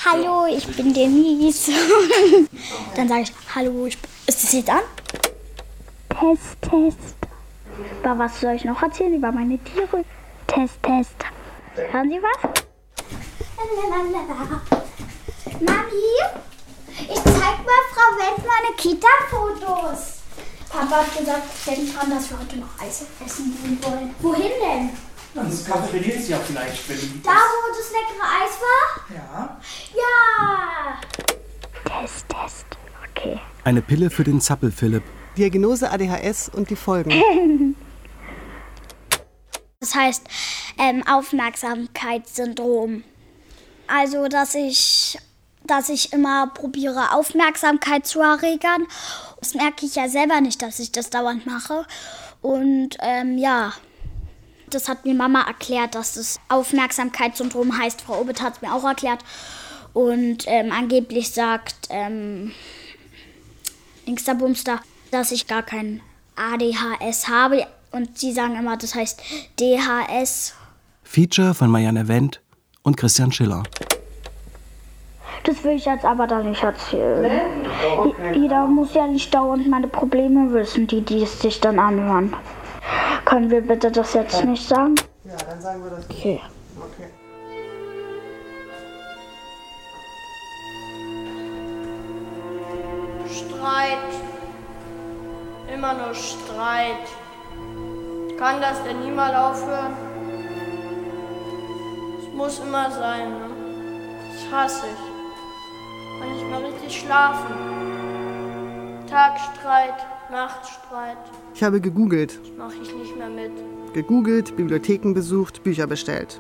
Hallo, ich bin Denise. Dann sage ich, hallo, ist das jetzt an? Test. Über was soll ich noch erzählen? Über meine Tiere? Test. Hören Sie was? Mami, ich zeig mal Frau Wendt meine Kita-Fotos. Papa hat gesagt, denk dran, dass wir heute noch Eis essen gehen wollen. Wohin denn? Das Cafeteria ist ja vielleicht, wenn du... Da, wo das leckere Eis war? Ja. Ja. Test. Okay. Eine Pille für den Zappel-Philipp. Diagnose ADHS und die Folgen. Das heißt Aufmerksamkeitssyndrom. Also, dass ich immer probiere, Aufmerksamkeit zu erregen. Das merke ich ja selber nicht, dass ich das dauernd mache. Und das hat mir Mama erklärt, dass das Aufmerksamkeitssyndrom heißt. Frau Obert hat es mir auch erklärt. Und angeblich sagt Bumster, dass ich gar kein ADHS habe. Und sie sagen immer, das heißt DHS. Feature von Marianne Wendt und Christian Schiller. Das will ich jetzt aber da nicht erzählen. Okay. Jeder muss ja nicht dauernd meine Probleme wissen, die es sich dann anhören. Können wir bitte das jetzt nicht sagen? Ja, dann sagen wir das. Okay. Streit. Immer nur Streit. Kann das denn nie mal aufhören? Es muss immer sein, ne? Das hasse ich. Kann nicht mehr richtig schlafen. Tagstreit, Nachtstreit. Ich habe gegoogelt. Das mache ich nicht mehr mit. Gegoogelt, Bibliotheken besucht, Bücher bestellt.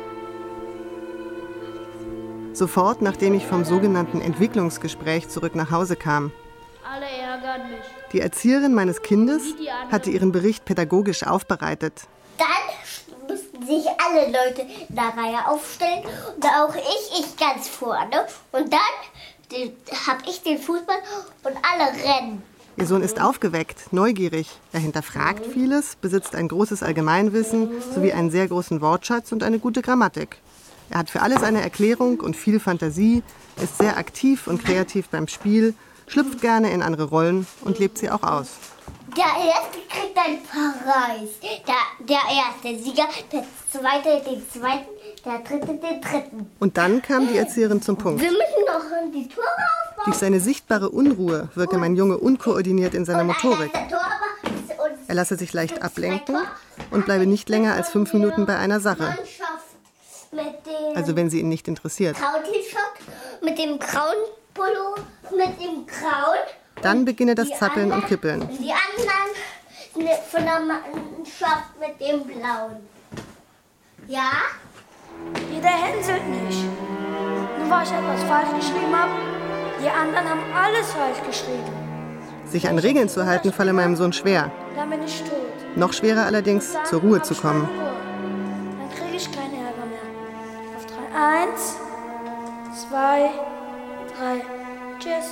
Sofort, nachdem ich vom sogenannten Entwicklungsgespräch zurück nach Hause kam. Alle ärgern mich. Die Erzieherin meines Kindes hatte ihren Bericht pädagogisch aufbereitet. Dann mussten sich alle Leute in der Reihe aufstellen und auch ich ganz vorne. Und dann habe ich den Fußball und alle rennen. Ihr Sohn ist aufgeweckt, neugierig. Er hinterfragt vieles, besitzt ein großes Allgemeinwissen sowie einen sehr großen Wortschatz und eine gute Grammatik. Er hat für alles eine Erklärung und viel Fantasie, ist sehr aktiv und kreativ beim Spiel, schlüpft gerne in andere Rollen und lebt sie auch aus. Der Erste kriegt einen Preis. Der Erste Sieger, der Zweite den Zweiten, der Dritte den Dritten. Und dann kam die Erzieherin zum Punkt. Wir müssen noch die Tore aufbauen. Durch seine sichtbare Unruhe wirke mein Junge unkoordiniert in seiner Motorik. Er lasse sich leicht ablenken und bleibe nicht länger als 5 Minuten bei einer Sache. Also wenn sie ihn nicht interessiert. Mit dem grauen Pullo, mit dem grauen. Dann beginne das Zappeln und Kippeln. Die anderen von der Mannschaft mit dem blauen. Ja? Jeder hänselt nicht. Nur weil ich etwas falsch geschrieben habe, die anderen haben alles falsch geschrieben. Sich an Regeln zu halten, falle meinem Sohn schwer. Dann bin ich tot. Noch schwerer allerdings, zur Ruhe zu kommen. Dann kriege ich keinen Ärger mehr. Auf 3. 1, 2, 3. Tschüss.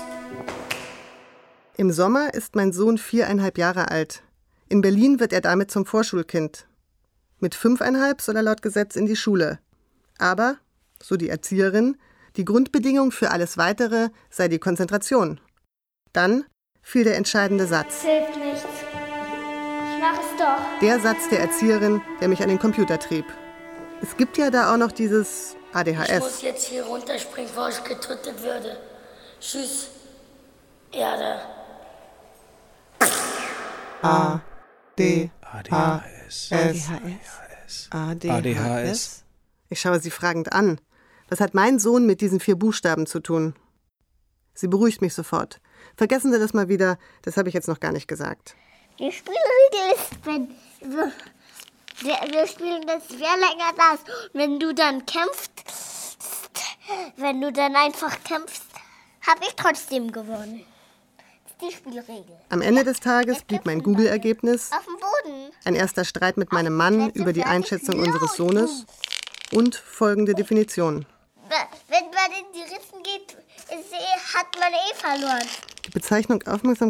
Im Sommer ist mein Sohn 4,5 Jahre alt. In Berlin wird er damit zum Vorschulkind. Mit 5,5 soll er laut Gesetz in die Schule. Aber, so die Erzieherin, die Grundbedingung für alles Weitere sei die Konzentration. Dann fiel der entscheidende Satz. Hilft nichts. Ich mach es doch. Der Satz der Erzieherin, der mich an den Computer trieb. Es gibt ja da auch noch dieses ADHS. Ich muss jetzt hier runterspringen, bevor ich getötet würde. Tschüss, Erde. ADHS. Ich schaue sie fragend an. Was hat mein Sohn mit diesen 4 Buchstaben zu tun? Sie beruhigt mich sofort. Vergessen Sie das mal wieder, das habe ich jetzt noch gar nicht gesagt. Die Spielregel ist, wir spielen das sehr länger das. Wenn du dann einfach kämpfst, habe ich trotzdem gewonnen. Das ist die Spielregel. Am Ende des Tages blieb mein Google-Ergebnis Auf dem Boden. ein erster Streit mit meinem Mann über die Einschätzung unseres Sohnes und folgende Definition. Wenn man in die Ritzen geht, hat man verloren. Die Bezeichnung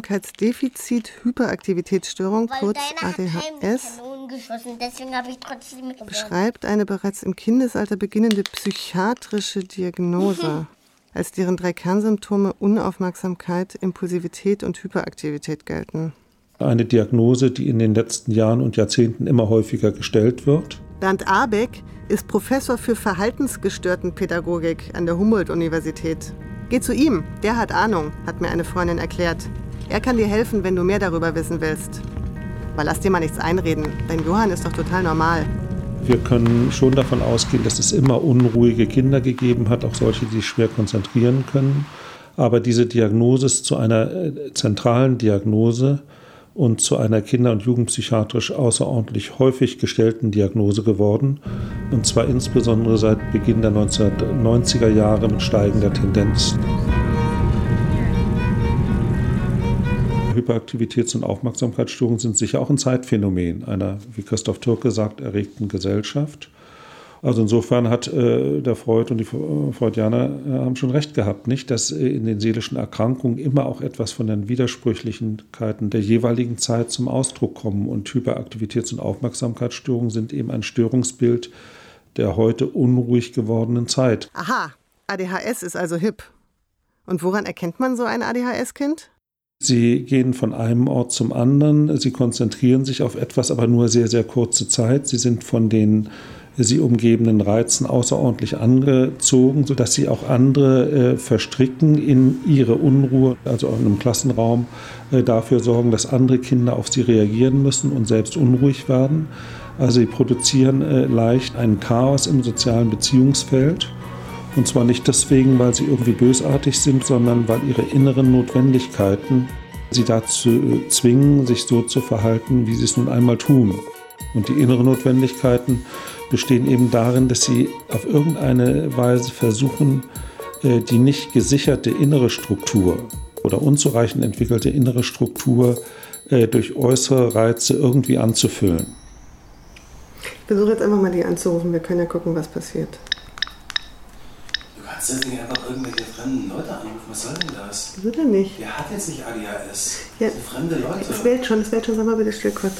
Aufmerksamkeitsdefizit-Hyperaktivitätsstörung, kurz ADHS, Deswegen habe ich trotzdem beschreibt eine bereits im Kindesalter beginnende psychiatrische Diagnose. als deren 3 Kernsymptome Unaufmerksamkeit, Impulsivität und Hyperaktivität gelten. Eine Diagnose, die in den letzten Jahren und Jahrzehnten immer häufiger gestellt wird. Bernd Abeck ist Professor für Verhaltensgestörtenpädagogik an der Humboldt-Universität. Geh zu ihm, der hat Ahnung, hat mir eine Freundin erklärt. Er kann dir helfen, wenn du mehr darüber wissen willst. Aber lass dir mal nichts einreden, dein Johann ist doch total normal. Wir können schon davon ausgehen, dass es immer unruhige Kinder gegeben hat, auch solche, die sich schwer konzentrieren können. Aber diese Diagnose ist zu einer zentralen Diagnose und zu einer kinder- und jugendpsychiatrisch außerordentlich häufig gestellten Diagnose geworden. Und zwar insbesondere seit Beginn der 1990er Jahre mit steigender Tendenz. Hyperaktivitäts- und Aufmerksamkeitsstörungen sind sicher auch ein Zeitphänomen einer, wie Christoph Türke sagt, erregten Gesellschaft. Also insofern hat der Freud und die Freudianer haben schon recht gehabt, nicht, dass in den seelischen Erkrankungen immer auch etwas von den Widersprüchlichkeiten der jeweiligen Zeit zum Ausdruck kommen. Und Hyperaktivitäts- und Aufmerksamkeitsstörungen sind eben ein Störungsbild der heute unruhig gewordenen Zeit. Aha, ADHS ist also hip. Und woran erkennt man so ein ADHS-Kind? Sie gehen von einem Ort zum anderen, sie konzentrieren sich auf etwas, aber nur sehr, sehr kurze Zeit. Sie sind von den sie umgebenden Reizen außerordentlich angezogen, sodass sie auch andere verstricken in ihre Unruhe, also in einem Klassenraum dafür sorgen, dass andere Kinder auf sie reagieren müssen und selbst unruhig werden. Also sie produzieren leicht ein Chaos im sozialen Beziehungsfeld. Und zwar nicht deswegen, weil sie irgendwie bösartig sind, sondern weil ihre inneren Notwendigkeiten sie dazu zwingen, sich so zu verhalten, wie sie es nun einmal tun. Und die inneren Notwendigkeiten bestehen eben darin, dass sie auf irgendeine Weise versuchen, die nicht gesicherte innere Struktur oder unzureichend entwickelte innere Struktur durch äußere Reize irgendwie anzufüllen. Ich versuche jetzt einfach mal die anzurufen, wir können ja gucken, was passiert. Du kannst jetzt nicht einfach irgendwelche fremden Leute anrufen. Was soll denn das? Wieso denn nicht? Wer hat jetzt nicht ADHS? Ja, das sind fremde Leute. Es wählt schon. Sag mal bitte still kurz.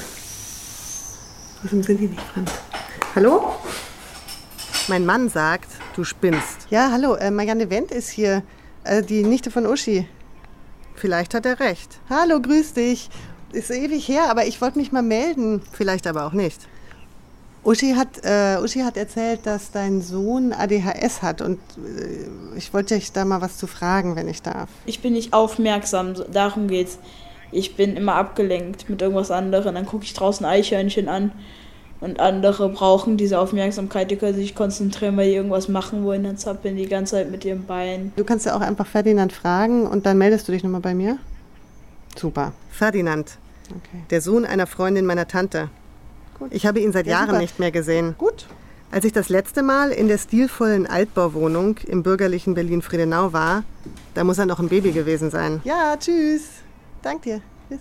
Warum sind die nicht fremd? Hallo? Mein Mann sagt, du spinnst. Ja, hallo, Marianne Wendt ist hier, die Nichte von Uschi. Vielleicht hat er recht. Hallo, grüß dich. Ist ewig her, aber ich wollte mich mal melden. Vielleicht aber auch nicht. Uschi hat erzählt, dass dein Sohn ADHS hat und ich wollte dich da mal was zu fragen, wenn ich darf. Ich bin nicht aufmerksam, darum geht's. Ich bin immer abgelenkt mit irgendwas anderem. Dann gucke ich draußen Eichhörnchen an und andere brauchen diese Aufmerksamkeit. Die können sich konzentrieren, weil die irgendwas machen wollen. Dann zappeln die ganze Zeit mit ihrem Bein. Du kannst ja auch einfach Ferdinand fragen und dann meldest du dich nochmal bei mir? Super. Ferdinand, okay. Der Sohn einer Freundin meiner Tante. Gut. Ich habe ihn seit Jahren nicht mehr gesehen. Gut. Als ich das letzte Mal in der stilvollen Altbauwohnung im bürgerlichen Berlin-Friedenau war, da muss er noch ein Baby gewesen sein. Ja, tschüss. Dank dir. Tschüss.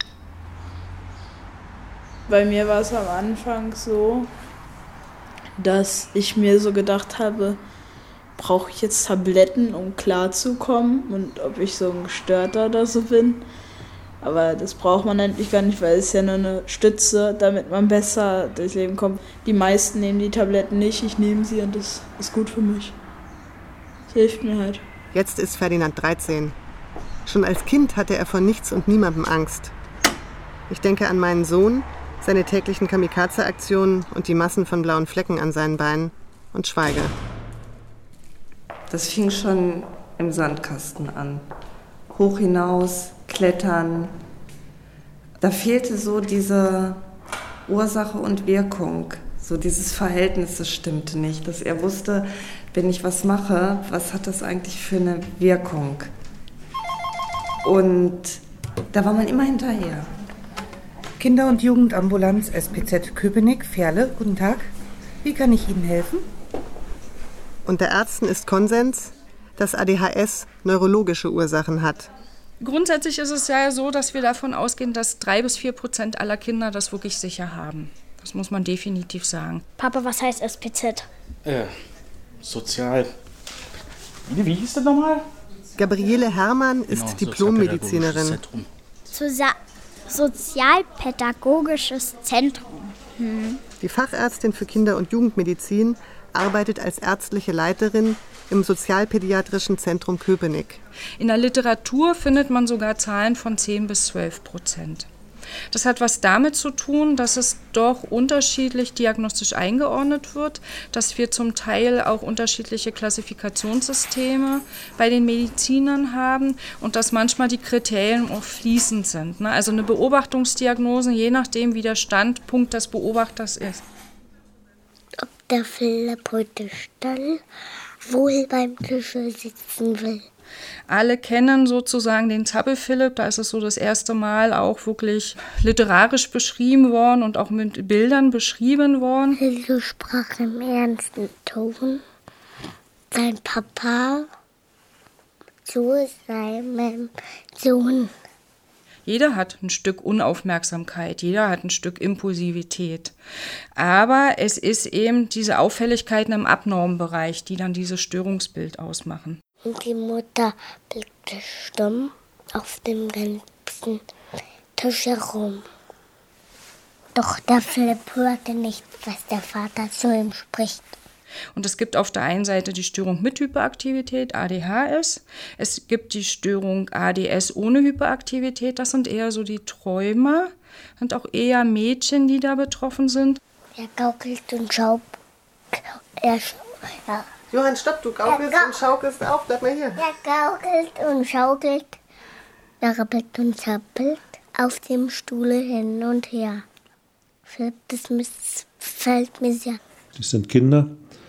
Bei mir war es am Anfang so, dass ich mir so gedacht habe, brauche ich jetzt Tabletten, um klarzukommen und ob ich so ein Gestörter oder so bin. Aber das braucht man eigentlich gar nicht, weil es ja nur eine Stütze, damit man besser durchs Leben kommt. Die meisten nehmen die Tabletten nicht, ich nehme sie und das ist gut für mich. Das hilft mir halt. Jetzt ist Ferdinand 13. Schon als Kind hatte er vor nichts und niemandem Angst. Ich denke an meinen Sohn, seine täglichen Kamikaze-Aktionen und die Massen von blauen Flecken an seinen Beinen und schweige. Das fing schon im Sandkasten an. Hoch hinaus, klettern. Da fehlte so diese Ursache und Wirkung. So dieses Verhältnis, das stimmte nicht. Dass er wusste, wenn ich was mache, was hat das eigentlich für eine Wirkung? Und da war man immer hinterher. Kinder- und Jugendambulanz SPZ Köpenick, Ferle, guten Tag. Wie kann ich Ihnen helfen? Unter Ärzten ist Konsens, dass ADHS neurologische Ursachen hat. Grundsätzlich ist es ja so, dass wir davon ausgehen, dass 3-4% aller Kinder das wirklich sicher haben. Das muss man definitiv sagen. Papa, was heißt SPZ? Sozial. Wie hieß das nochmal? Gabriele Herrmann ist Diplommedizinerin. Sozialpädagogisches Zentrum. Die Fachärztin für Kinder- und Jugendmedizin arbeitet als ärztliche Leiterin im Sozialpädiatrischen Zentrum Köpenick. In der Literatur findet man sogar Zahlen von 10-12%. Das hat was damit zu tun, dass es doch unterschiedlich diagnostisch eingeordnet wird, dass wir zum Teil auch unterschiedliche Klassifikationssysteme bei den Medizinern haben und dass manchmal die Kriterien auch fließend sind. Also eine Beobachtungsdiagnose, je nachdem, wie der Standpunkt des Beobachters ist. Ob der Philipp heute still wohl beim Tisch sitzen will. Alle kennen sozusagen den Zappel-Philipp, da ist es so das erste Mal auch wirklich literarisch beschrieben worden und auch mit Bildern beschrieben worden. Hilde sprach im ernsten Ton. Sein Papa zu seinem Sohn. Jeder hat ein Stück Unaufmerksamkeit, jeder hat ein Stück Impulsivität. Aber es ist eben diese Auffälligkeiten im Abnormbereich, die dann dieses Störungsbild ausmachen. Und die Mutter blickte stumm auf dem ganzen Tisch herum. Doch der Philipp hörte nicht, was der Vater zu ihm spricht. Und es gibt auf der einen Seite die Störung mit Hyperaktivität, ADHS. Es gibt die Störung ADS ohne Hyperaktivität. Das sind eher so die Träumer. Sind auch eher Mädchen, die da betroffen sind. Er gaukelt und Johann, stopp, du gaukelst und schaukelst auf. Bleib mal hier. Er gaukelt und schaukelt, er rappelt und zappelt auf dem Stuhle hin und her. Philipp, das missfällt mir sehr. Das sind Kinder,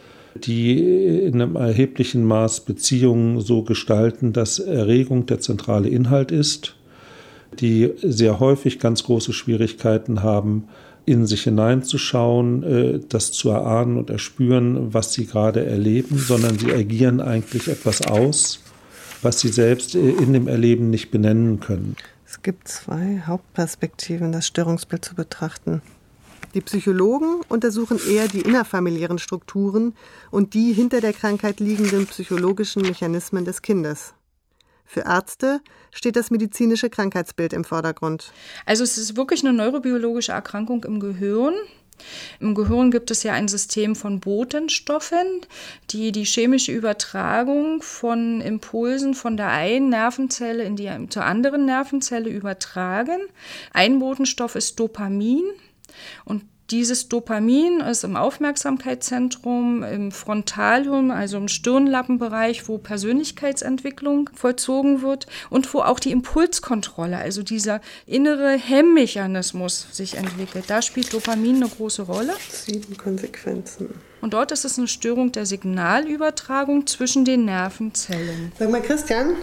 die in einem erheblichen Maß Beziehungen so gestalten, dass Erregung der zentrale Inhalt ist, die sehr häufig ganz große Schwierigkeiten haben, in sich hineinzuschauen, das zu erahnen und erspüren, was sie gerade erleben, sondern sie agieren eigentlich etwas aus, was sie selbst in dem Erleben nicht benennen können. Es gibt 2 Hauptperspektiven, das Störungsbild zu betrachten. Die Psychologen untersuchen eher die innerfamiliären Strukturen und die hinter der Krankheit liegenden psychologischen Mechanismen des Kindes. Für Ärzte steht das medizinische Krankheitsbild im Vordergrund. Also es ist wirklich eine neurobiologische Erkrankung im Gehirn. Im Gehirn gibt es ja ein System von Botenstoffen, die die chemische Übertragung von Impulsen von der einen Nervenzelle zur anderen Nervenzelle übertragen. Ein Botenstoff ist Dopamin. Und dieses Dopamin ist im Aufmerksamkeitszentrum, im Frontalhirn, also im Stirnlappenbereich, wo Persönlichkeitsentwicklung vollzogen wird und wo auch die Impulskontrolle, also dieser innere Hemmmechanismus sich entwickelt. Da spielt Dopamin eine große Rolle. 7 Konsequenzen. Und dort ist es eine Störung der Signalübertragung zwischen den Nervenzellen. Sag mal, Christian?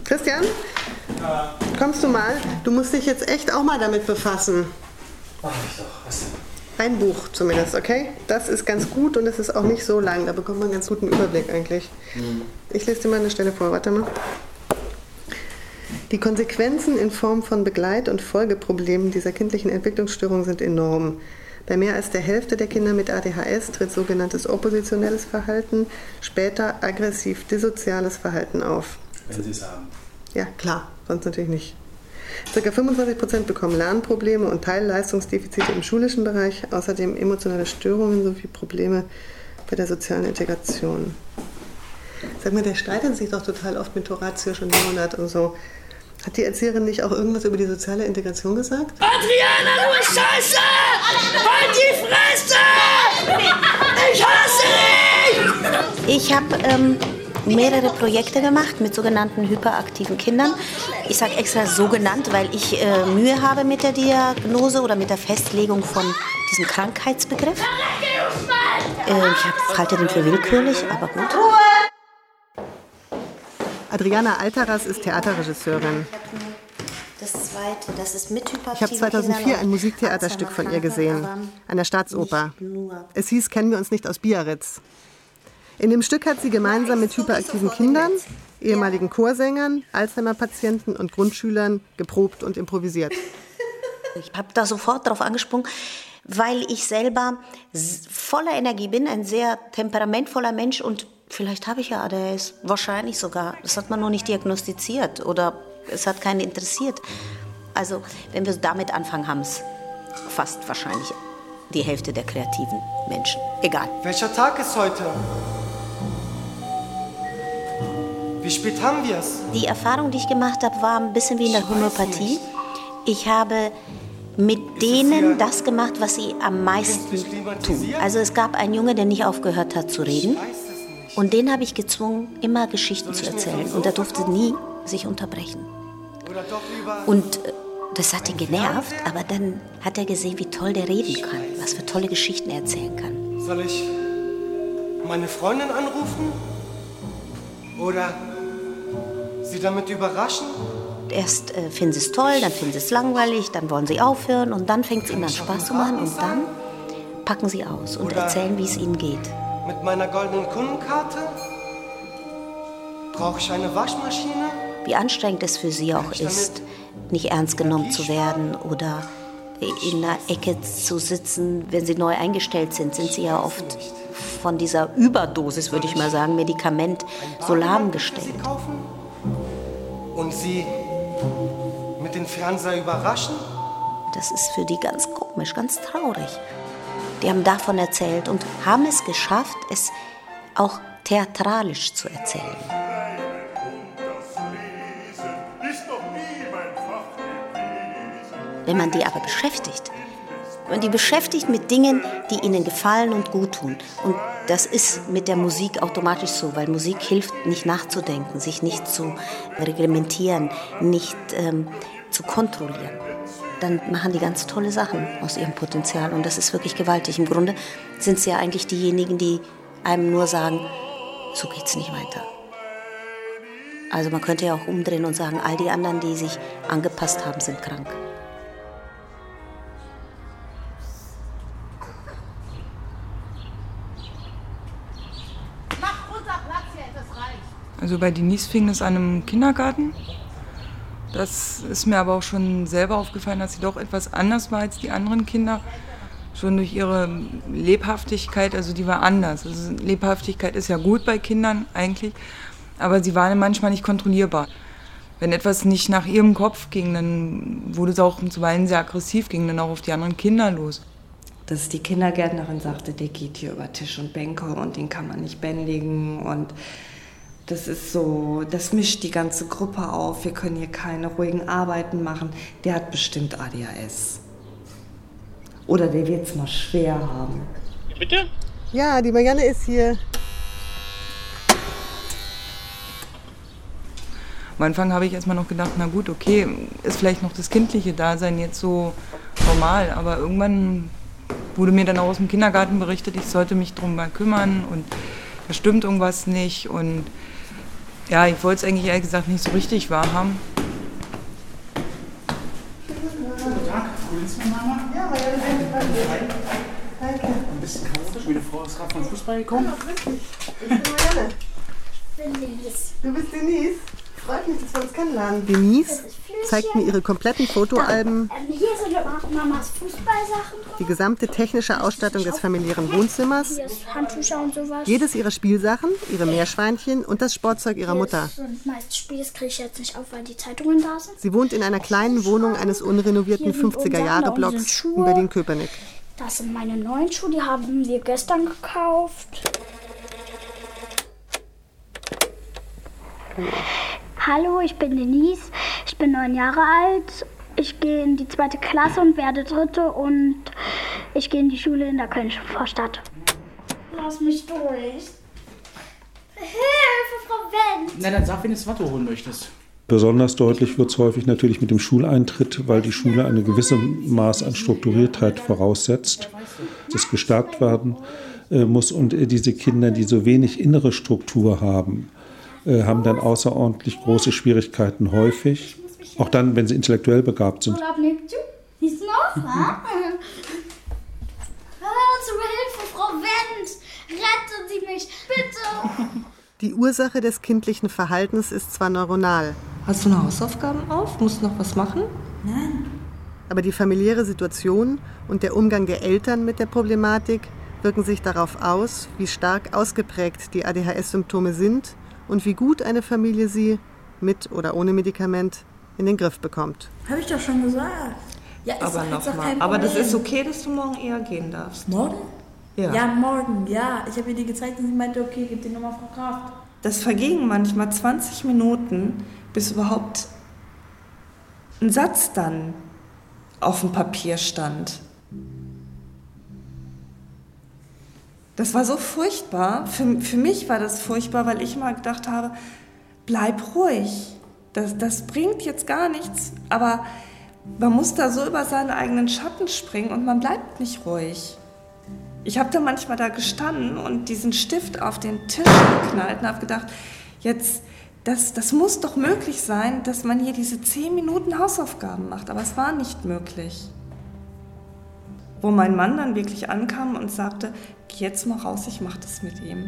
Ja. Kommst du mal? Du musst dich jetzt echt auch mal damit befassen. Mach ich doch. Was denn? Ein Buch zumindest, okay? Das ist ganz gut und es ist auch nicht so lang. Da bekommt man einen ganz guten Überblick eigentlich. Ich lese dir mal eine Stelle vor. Warte mal. Die Konsequenzen in Form von Begleit- und Folgeproblemen dieser kindlichen Entwicklungsstörung sind enorm. Bei mehr als der Hälfte der Kinder mit ADHS tritt sogenanntes oppositionelles Verhalten, später aggressiv-dissoziales Verhalten auf. Wenn Sie es haben. Ja, klar, sonst natürlich nicht. Ca. 25% bekommen Lernprobleme und Teilleistungsdefizite im schulischen Bereich, außerdem emotionale Störungen sowie Probleme bei der sozialen Integration. Sag mal, der streitet sich doch total oft mit Horatio schon Leonhard und so. Hat die Erzieherin nicht auch irgendwas über die soziale Integration gesagt? Adriana, du bist scheiße! Halt die Fresse! Ich hasse dich! Ich habe mehrere Projekte gemacht mit sogenannten hyperaktiven Kindern. Ich sage extra so genannt, weil ich Mühe habe mit der Diagnose oder mit der Festlegung von diesem Krankheitsbegriff. Ich halte den für willkürlich, aber gut. Adriana Altaras ist Theaterregisseurin. Das zweite, das ist mit hyperaktiven Ich habe 2004 ein Musiktheaterstück von ihr gesehen, an der Staatsoper. Es hieß Kennen wir uns nicht aus Biarritz. In dem Stück hat sie gemeinsam mit hyperaktiven Kindern, ehemaligen Chorsängern, Alzheimer-Patienten und Grundschülern geprobt und improvisiert. Ich habe da sofort drauf angesprungen, weil ich selber voller Energie bin, ein sehr temperamentvoller Mensch und vielleicht habe ich ja ADHS, wahrscheinlich sogar. Das hat man noch nicht diagnostiziert oder es hat keinen interessiert. Also wenn wir damit anfangen, haben es fast wahrscheinlich die Hälfte der kreativen Menschen. Egal. Welcher Tag ist heute? Wie spät haben wir es? Die Erfahrung, die ich gemacht habe, war ein bisschen wie in der Homöopathie. Ich habe mit denen das gemacht, was sie am meisten tun. Also es gab einen Junge, der nicht aufgehört hat zu reden. Und den habe ich gezwungen, immer Geschichten zu erzählen. Und er durfte nie sich unterbrechen. Und das hat ihn genervt, aber dann hat er gesehen, wie toll der reden kann, was für tolle Geschichten er erzählen kann. Soll ich meine Freundin anrufen? Oder sie damit überraschen? Erst finden sie es toll, dann finden sie es langweilig, dann wollen sie aufhören und dann fängt es ihnen an Spaß zu machen und dann packen sie aus und erzählen, wie es ihnen geht. Mit meiner goldenen Kundenkarte? Brauche ich eine Waschmaschine? Wie anstrengend es für sie auch ist, nicht ernst genommen zu werden oder in einer Ecke zu sitzen. Wenn sie neu eingestellt sind, sind sie ja oft von dieser Überdosis, würde ich mal sagen, Medikament so lahmgestellt. Und sie mit dem Fernseher überraschen? Das ist für die ganz komisch, ganz traurig. Die haben davon erzählt und haben es geschafft, es auch theatralisch zu erzählen. Wenn man die aber beschäftigt, wenn man die beschäftigt mit Dingen, die ihnen gefallen und gut tun. Und das ist mit der Musik automatisch so, weil Musik hilft, nicht nachzudenken, sich nicht zu reglementieren, nicht zu kontrollieren. Dann machen die ganz tolle Sachen aus ihrem Potenzial und das ist wirklich gewaltig. Im Grunde sind sie ja eigentlich diejenigen, die einem nur sagen, so geht's nicht weiter. Also man könnte ja auch umdrehen und sagen, all die anderen, die sich angepasst haben, sind krank. Also bei Denise fing es an im Kindergarten. Das ist mir aber auch schon selber aufgefallen, dass sie doch etwas anders war als die anderen Kinder. Schon durch ihre Lebhaftigkeit, also die war anders. Also Lebhaftigkeit ist ja gut bei Kindern eigentlich, aber sie war manchmal nicht kontrollierbar. Wenn etwas nicht nach ihrem Kopf ging, dann wurde es auch zuweilen sehr aggressiv, ging dann auch auf die anderen Kinder los. Dass die Kindergärtnerin sagte, der geht hier über Tisch und Bänke und den kann man nicht bändigen und das ist so, das mischt die ganze Gruppe auf, wir können hier keine ruhigen Arbeiten machen. Der hat bestimmt ADHS. Oder der wird es mal schwer haben. Bitte? Ja, die Marianne ist hier. Am Anfang habe ich erstmal noch gedacht, na gut, okay, ist vielleicht noch das kindliche Dasein jetzt so normal, aber irgendwann wurde mir dann auch aus dem Kindergarten berichtet, ich sollte mich darum mal kümmern und da stimmt irgendwas nicht und ja, ich wollte es eigentlich ehrlich gesagt nicht so richtig wahrhaben. Guten Tag, Mama. Ja, danke. Ein bisschen chaotisch, meine Frau ist gerade vom Fußball gekommen. Ja, richtig. Ich bin Marianne. Denise. Du bist Denise? Freut mich, dass wir uns kennenlernen. Denise zeigt mir ihre kompletten Fotoalben, Hier sind Mamas Fußballsachen. die gesamte technische Ausstattung des familiären Wohnzimmers, Hier ist Handtücher und sowas. jedes ihrer Spielsachen, ihre Meerschweinchen und das Sportzeug ihrer Mutter. Hier sind meist Spiele, das kriege ich jetzt nicht auf, weil die Zeitungen da sind. Sie wohnt in einer kleinen Wohnung eines unrenovierten 50er-Jahre-Blocks in Berlin-Köpenick. Das sind meine neuen Schuhe, die haben wir gestern gekauft. Hallo, ich bin Denise, ich bin 9 Jahre alt. Ich gehe in die 2. Klasse und werde 3. und ich gehe in die Schule in der Kölnischen Vorstadt. Lass mich durch. Hilfe, Frau Wendt! Na, dann sag, wenn du das Watto holen möchtest. Besonders deutlich wird es häufig natürlich mit dem Schuleintritt, weil die Schule eine gewisse Maß an Strukturiertheit voraussetzt, das gestärkt werden muss. Und diese Kinder, die so wenig innere Struktur haben, haben dann außerordentlich große Schwierigkeiten häufig. Auch dann, wenn sie intellektuell begabt sind. Urlaub nimmt zu? Siehst du noch? Zur Hilfe, Frau Wendt! Retten Sie mich, bitte! Die Ursache des kindlichen Verhaltens ist zwar neuronal. Hast du noch Hausaufgaben auf? Musst du noch was machen? Nein. Aber die familiäre Situation und der Umgang der Eltern mit der Problematik wirken sich darauf aus, wie stark ausgeprägt die ADHS-Symptome sind und wie gut eine Familie sie, mit oder ohne Medikament, in den Griff bekommt. Habe ich doch schon gesagt. Ja, ist aber doch nochmal. kein Aber das Problem. ist okay, dass du morgen eher gehen darfst. Morgen? Ja. Ja, morgen, ja. Ich habe ihr die gezeigt und sie meinte, okay, gib die Nummer Frau Kraft. Das vergingen manchmal 20 Minuten, bis überhaupt ein Satz dann auf dem Papier stand. Das war so furchtbar. Für mich war das furchtbar, weil ich mal gedacht habe, bleib ruhig. Das bringt jetzt gar nichts. Aber man muss da so über seinen eigenen Schatten springen und man bleibt nicht ruhig. Ich habe da manchmal da gestanden und diesen Stift auf den Tisch geknallt und habe gedacht, jetzt, das muss doch möglich sein, dass man hier diese 10 Minuten Hausaufgaben macht. Aber es war nicht möglich. Wo mein Mann dann wirklich ankam und sagte, geh jetzt mal raus, ich mache das mit ihm.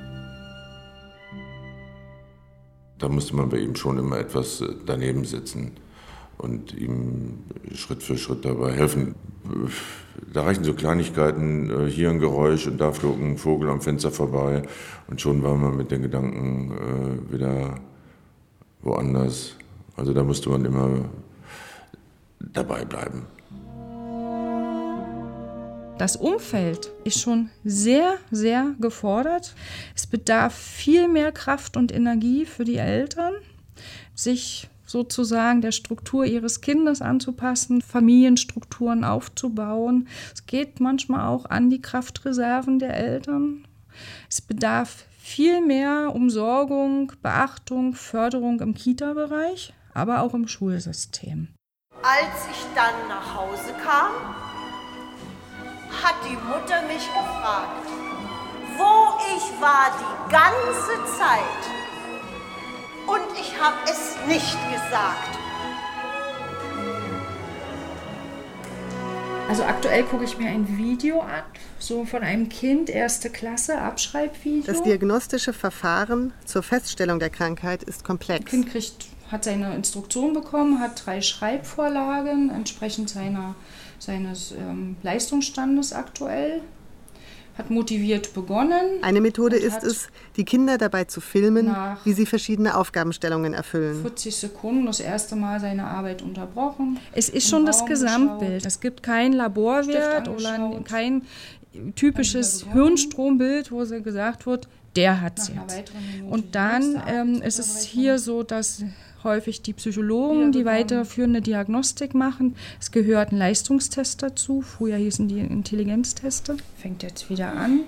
Da musste man bei ihm schon immer etwas daneben sitzen und ihm Schritt für Schritt dabei helfen. Da reichen so Kleinigkeiten, hier ein Geräusch und da flog ein Vogel am Fenster vorbei und schon war man mit den Gedanken wieder woanders. Also da musste man immer dabei bleiben. Das Umfeld ist schon sehr, sehr gefordert. Es bedarf viel mehr Kraft und Energie für die Eltern, sich sozusagen der Struktur ihres Kindes anzupassen, Familienstrukturen aufzubauen. Es geht manchmal auch an die Kraftreserven der Eltern. Es bedarf viel mehr Umsorgung, Beachtung, Förderung im Kita-Bereich, aber auch im Schulsystem. Als ich dann nach Hause kam, hat die Mutter mich gefragt, wo ich war die ganze Zeit. Und ich habe es nicht gesagt. Also aktuell gucke ich mir ein Video an, so von einem Kind, 1. Klasse, Abschreibvideo. Das diagnostische Verfahren zur Feststellung der Krankheit ist komplex. Das Kind hat seine Instruktion bekommen, hat 3 Schreibvorlagen, entsprechend seines Leistungsstandes aktuell, hat motiviert begonnen. Eine Methode ist es, die Kinder dabei zu filmen, wie sie verschiedene Aufgabenstellungen erfüllen. 40 Sekunden das erste Mal seine Arbeit unterbrochen. Es ist schon das Gesamtbild. Es gibt kein Laborwert oder kein typisches Hirnstrombild, wo gesagt wird, der hat es jetzt. Und dann ist es hier so, dass häufig die Psychologen die weiterführende Diagnostik machen. Es gehört ein Leistungstest dazu. Früher hießen die Intelligenzteste. Fängt jetzt wieder an.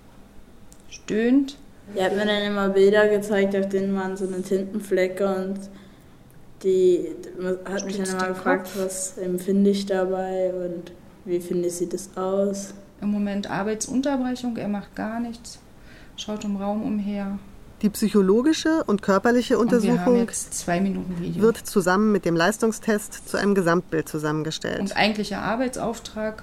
Stöhnt. Er hat mir dann immer Bilder gezeigt, auf denen waren so eine Tintenflecke und die hat mich dann immer gefragt, was empfinde ich dabei und wie finde ich, sieht es aus. Im Moment Arbeitsunterbrechung, er macht gar nichts, schaut im Raum umher. Die psychologische und körperliche Untersuchung wird zusammen mit dem Leistungstest zu einem Gesamtbild zusammengestellt. Und eigentlicher Arbeitsauftrag,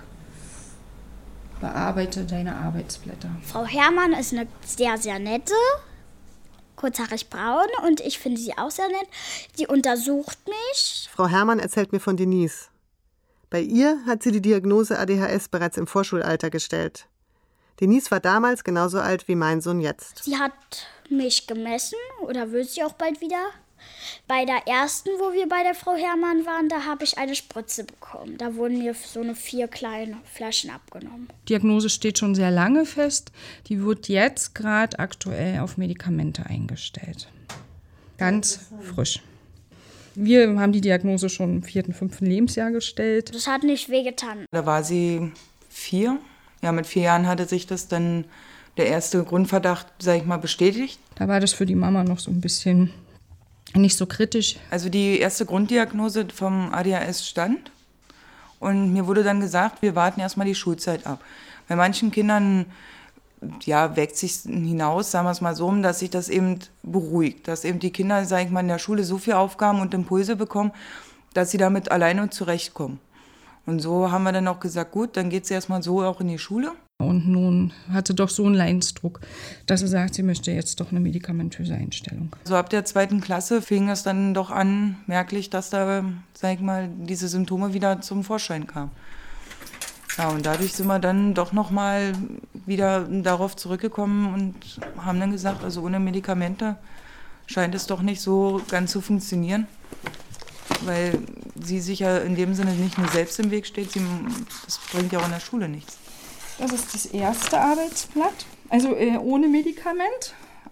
bearbeite deine Arbeitsblätter. Frau Herrmann ist eine sehr, sehr nette, kurzhaarig braun und ich finde sie auch sehr nett. Die untersucht mich. Frau Herrmann erzählt mir von Denise. Bei ihr hat sie die Diagnose ADHS bereits im Vorschulalter gestellt. Denise war damals genauso alt wie mein Sohn jetzt. Sie hat mich gemessen oder wird sie auch bald wieder. Bei der ersten, wo wir bei der Frau Herrmann waren, da habe ich eine Spritze bekommen. Da wurden mir so 4 kleine Flaschen abgenommen. Die Diagnose steht schon sehr lange fest. Die wird jetzt gerade aktuell auf Medikamente eingestellt. Ganz frisch. Wir haben die Diagnose schon im 4., 5. Lebensjahr gestellt. Das hat nicht wehgetan. Da war sie 4. Ja, mit 4 Jahren hatte sich das dann der erste Grundverdacht, sag ich mal, bestätigt. Da war das für die Mama noch so ein bisschen nicht so kritisch. Also die erste Grunddiagnose vom ADHS stand und mir wurde dann gesagt, wir warten erstmal die Schulzeit ab. Bei manchen Kindern wägt sich hinaus, sagen wir es mal so, dass sich das eben beruhigt, dass eben die Kinder, sag ich mal, in der Schule so viele Aufgaben und Impulse bekommen, dass sie damit alleine zurechtkommen. Und so haben wir dann auch gesagt, gut, dann geht sie erstmal so auch in die Schule. Und nun hatte doch so einen Leidensdruck, dass sie sagt, sie möchte jetzt doch eine medikamentöse Einstellung. So ab der 2. Klasse fing es dann doch an, merklich, dass da, sag ich mal, diese Symptome wieder zum Vorschein kamen. Ja, und dadurch sind wir dann doch nochmal wieder darauf zurückgekommen und haben dann gesagt, also ohne Medikamente scheint es doch nicht so ganz zu funktionieren. Weil sie sich ja in dem Sinne nicht nur selbst im Weg steht, das bringt ja auch in der Schule nichts. Das ist das erste Arbeitsblatt, also ohne Medikament.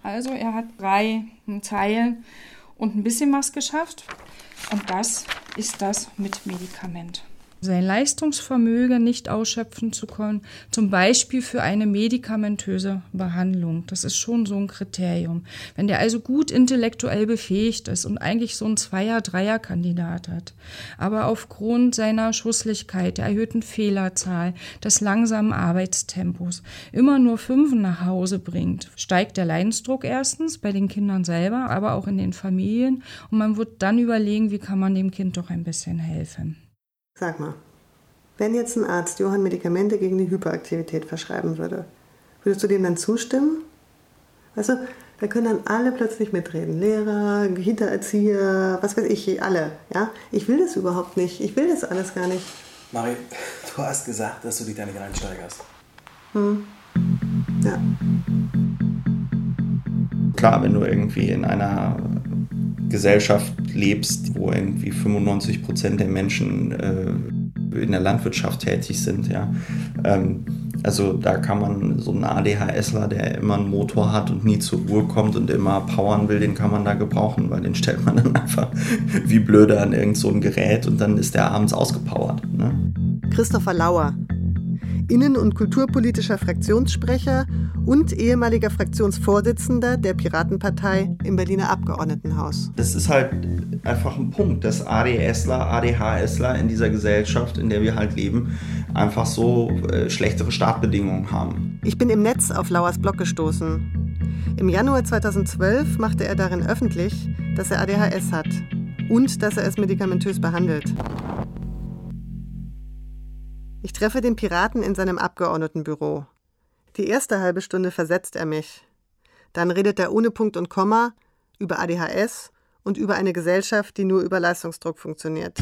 Also er hat 3 Zeilen und ein bisschen was geschafft. Und das ist das mit Medikament. Sein Leistungsvermögen nicht ausschöpfen zu können, zum Beispiel für eine medikamentöse Behandlung. Das ist schon so ein Kriterium. Wenn der also gut intellektuell befähigt ist und eigentlich so ein 2er-, 3er-Kandidat hat, aber aufgrund seiner Schusslichkeit, der erhöhten Fehlerzahl, des langsamen Arbeitstempos immer nur 5 nach Hause bringt, steigt der Leidensdruck erstens bei den Kindern selber, aber auch in den Familien. Und man wird dann überlegen, wie kann man dem Kind doch ein bisschen helfen. Sag mal, wenn jetzt ein Arzt Johann Medikamente gegen die Hyperaktivität verschreiben würde, würdest du dem dann zustimmen? Also, da können dann alle plötzlich mitreden. Lehrer, Kita-Erzieher, was weiß ich, alle. Ja? Ich will das überhaupt nicht. Ich will das alles gar nicht. Mari, du hast gesagt, dass du dich da nicht reinsteigerst. Ja. Klar, wenn du irgendwie in einer Gesellschaft lebst, wo irgendwie 95% der Menschen in der Landwirtschaft tätig sind, ja. Also da kann man so einen ADHSler, der immer einen Motor hat und nie zur Ruhe kommt und immer powern will, den kann man da gebrauchen, weil den stellt man dann einfach wie blöde an irgend so ein Gerät und dann ist der abends ausgepowert. Ne? Christopher Lauer, innen- und kulturpolitischer Fraktionssprecher und ehemaliger Fraktionsvorsitzender der Piratenpartei im Berliner Abgeordnetenhaus. Das ist halt einfach ein Punkt, dass ADSler, ADHSler in dieser Gesellschaft, in der wir halt leben, einfach so schlechtere Startbedingungen haben. Ich bin im Netz auf Lauers Blog gestoßen. Im Januar 2012 machte er darin öffentlich, dass er ADHS hat und dass er es medikamentös behandelt. Ich treffe den Piraten in seinem Abgeordnetenbüro. Die erste halbe Stunde versetzt er mich. Dann redet er ohne Punkt und Komma über ADHS und über eine Gesellschaft, die nur über Leistungsdruck funktioniert.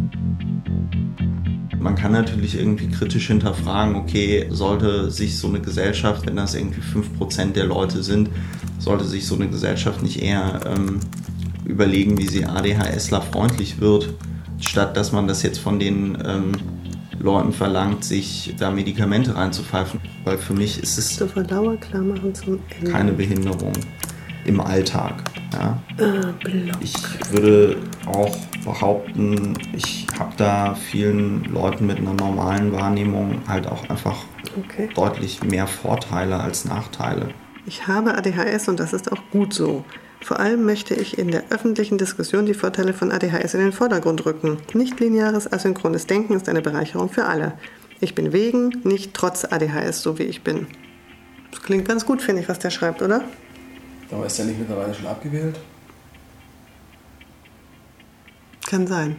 Man kann natürlich irgendwie kritisch hinterfragen, okay, sollte sich so eine Gesellschaft, wenn das irgendwie 5% der Leute sind, sollte sich so eine Gesellschaft nicht eher überlegen, wie sie ADHSler freundlich wird, statt dass man das jetzt von den Leuten verlangt, sich da Medikamente reinzupfeifen. Weil für mich ist es keine Behinderung im Alltag. Ja. Ich würde auch behaupten, ich habe da vielen Leuten mit einer normalen Wahrnehmung halt auch einfach deutlich mehr Vorteile als Nachteile. Ich habe ADHS und das ist auch gut so. Vor allem möchte ich in der öffentlichen Diskussion die Vorteile von ADHS in den Vordergrund rücken. Nicht-lineares, asynchrones Denken ist eine Bereicherung für alle. Ich bin wegen, nicht trotz ADHS, so wie ich bin. Das klingt ganz gut, finde ich, was der schreibt, oder? Aber ist der nicht mittlerweile schon abgewählt? Kann sein.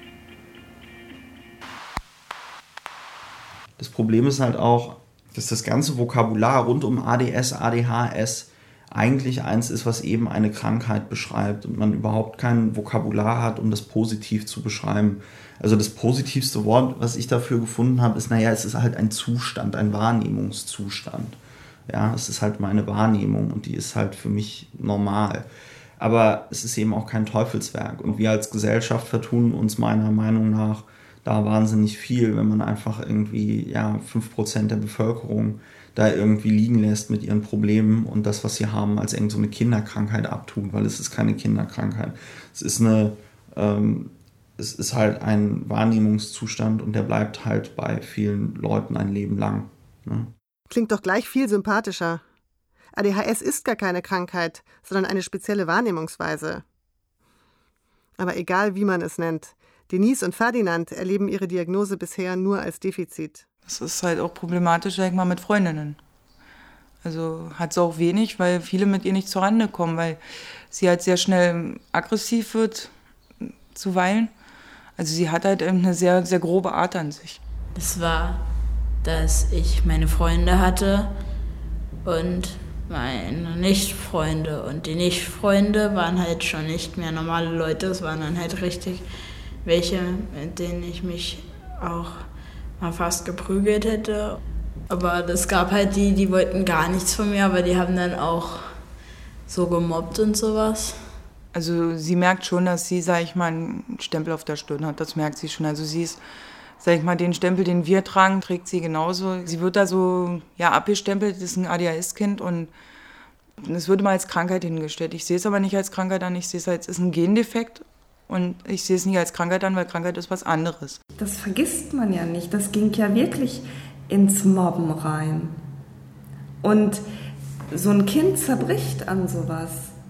Das Problem ist halt auch, dass das ganze Vokabular rund um ADS, ADHS eigentlich eins ist, was eben eine Krankheit beschreibt und man überhaupt kein Vokabular hat, um das positiv zu beschreiben. Also das positivste Wort, was ich dafür gefunden habe, ist, es ist halt ein Zustand, ein Wahrnehmungszustand. Ja, es ist halt meine Wahrnehmung und die ist halt für mich normal. Aber es ist eben auch kein Teufelswerk und wir als Gesellschaft vertun uns meiner Meinung nach da wahnsinnig viel, wenn man einfach irgendwie 5% der Bevölkerung da irgendwie liegen lässt mit ihren Problemen und das, was sie haben, als irgend so eine Kinderkrankheit abtun, weil es ist keine Kinderkrankheit. Es ist halt ein Wahrnehmungszustand und der bleibt halt bei vielen Leuten ein Leben lang. Ne? Klingt doch gleich viel sympathischer. ADHS ist gar keine Krankheit, sondern eine spezielle Wahrnehmungsweise. Aber egal, wie man es nennt, Denise und Ferdinand erleben ihre Diagnose bisher nur als Defizit. Das ist halt auch problematisch, sag ich mal, mit Freundinnen. Also hat sie auch wenig, weil viele mit ihr nicht zurande kommen, weil sie halt sehr schnell aggressiv wird, zuweilen. Also sie hat halt eine sehr, sehr grobe Art an sich. Es war, dass ich meine Freunde hatte und meine Nicht-Freunde. Und die Nicht-Freunde waren halt schon nicht mehr normale Leute, es waren dann halt richtig welche, mit denen ich mich auch mal fast geprügelt hätte. Aber das gab halt die wollten gar nichts von mir, aber die haben dann auch so gemobbt und sowas. Also sie merkt schon, dass sie, sag ich mal, einen Stempel auf der Stirn hat, das merkt sie schon. Also sie ist, sag ich mal, den Stempel, den wir tragen, trägt sie genauso. Sie wird da so abgestempelt, das ist ein ADHS-Kind und Es wird immer als Krankheit hingestellt. Ich sehe es aber nicht als Krankheit an, ich sehe es als ist ein Gendefekt und ich sehe es nicht als Krankheit an, weil Krankheit ist was anderes. Das vergisst man ja nicht. Das ging ja wirklich ins Mobben rein. Und so ein Kind zerbricht an sowas.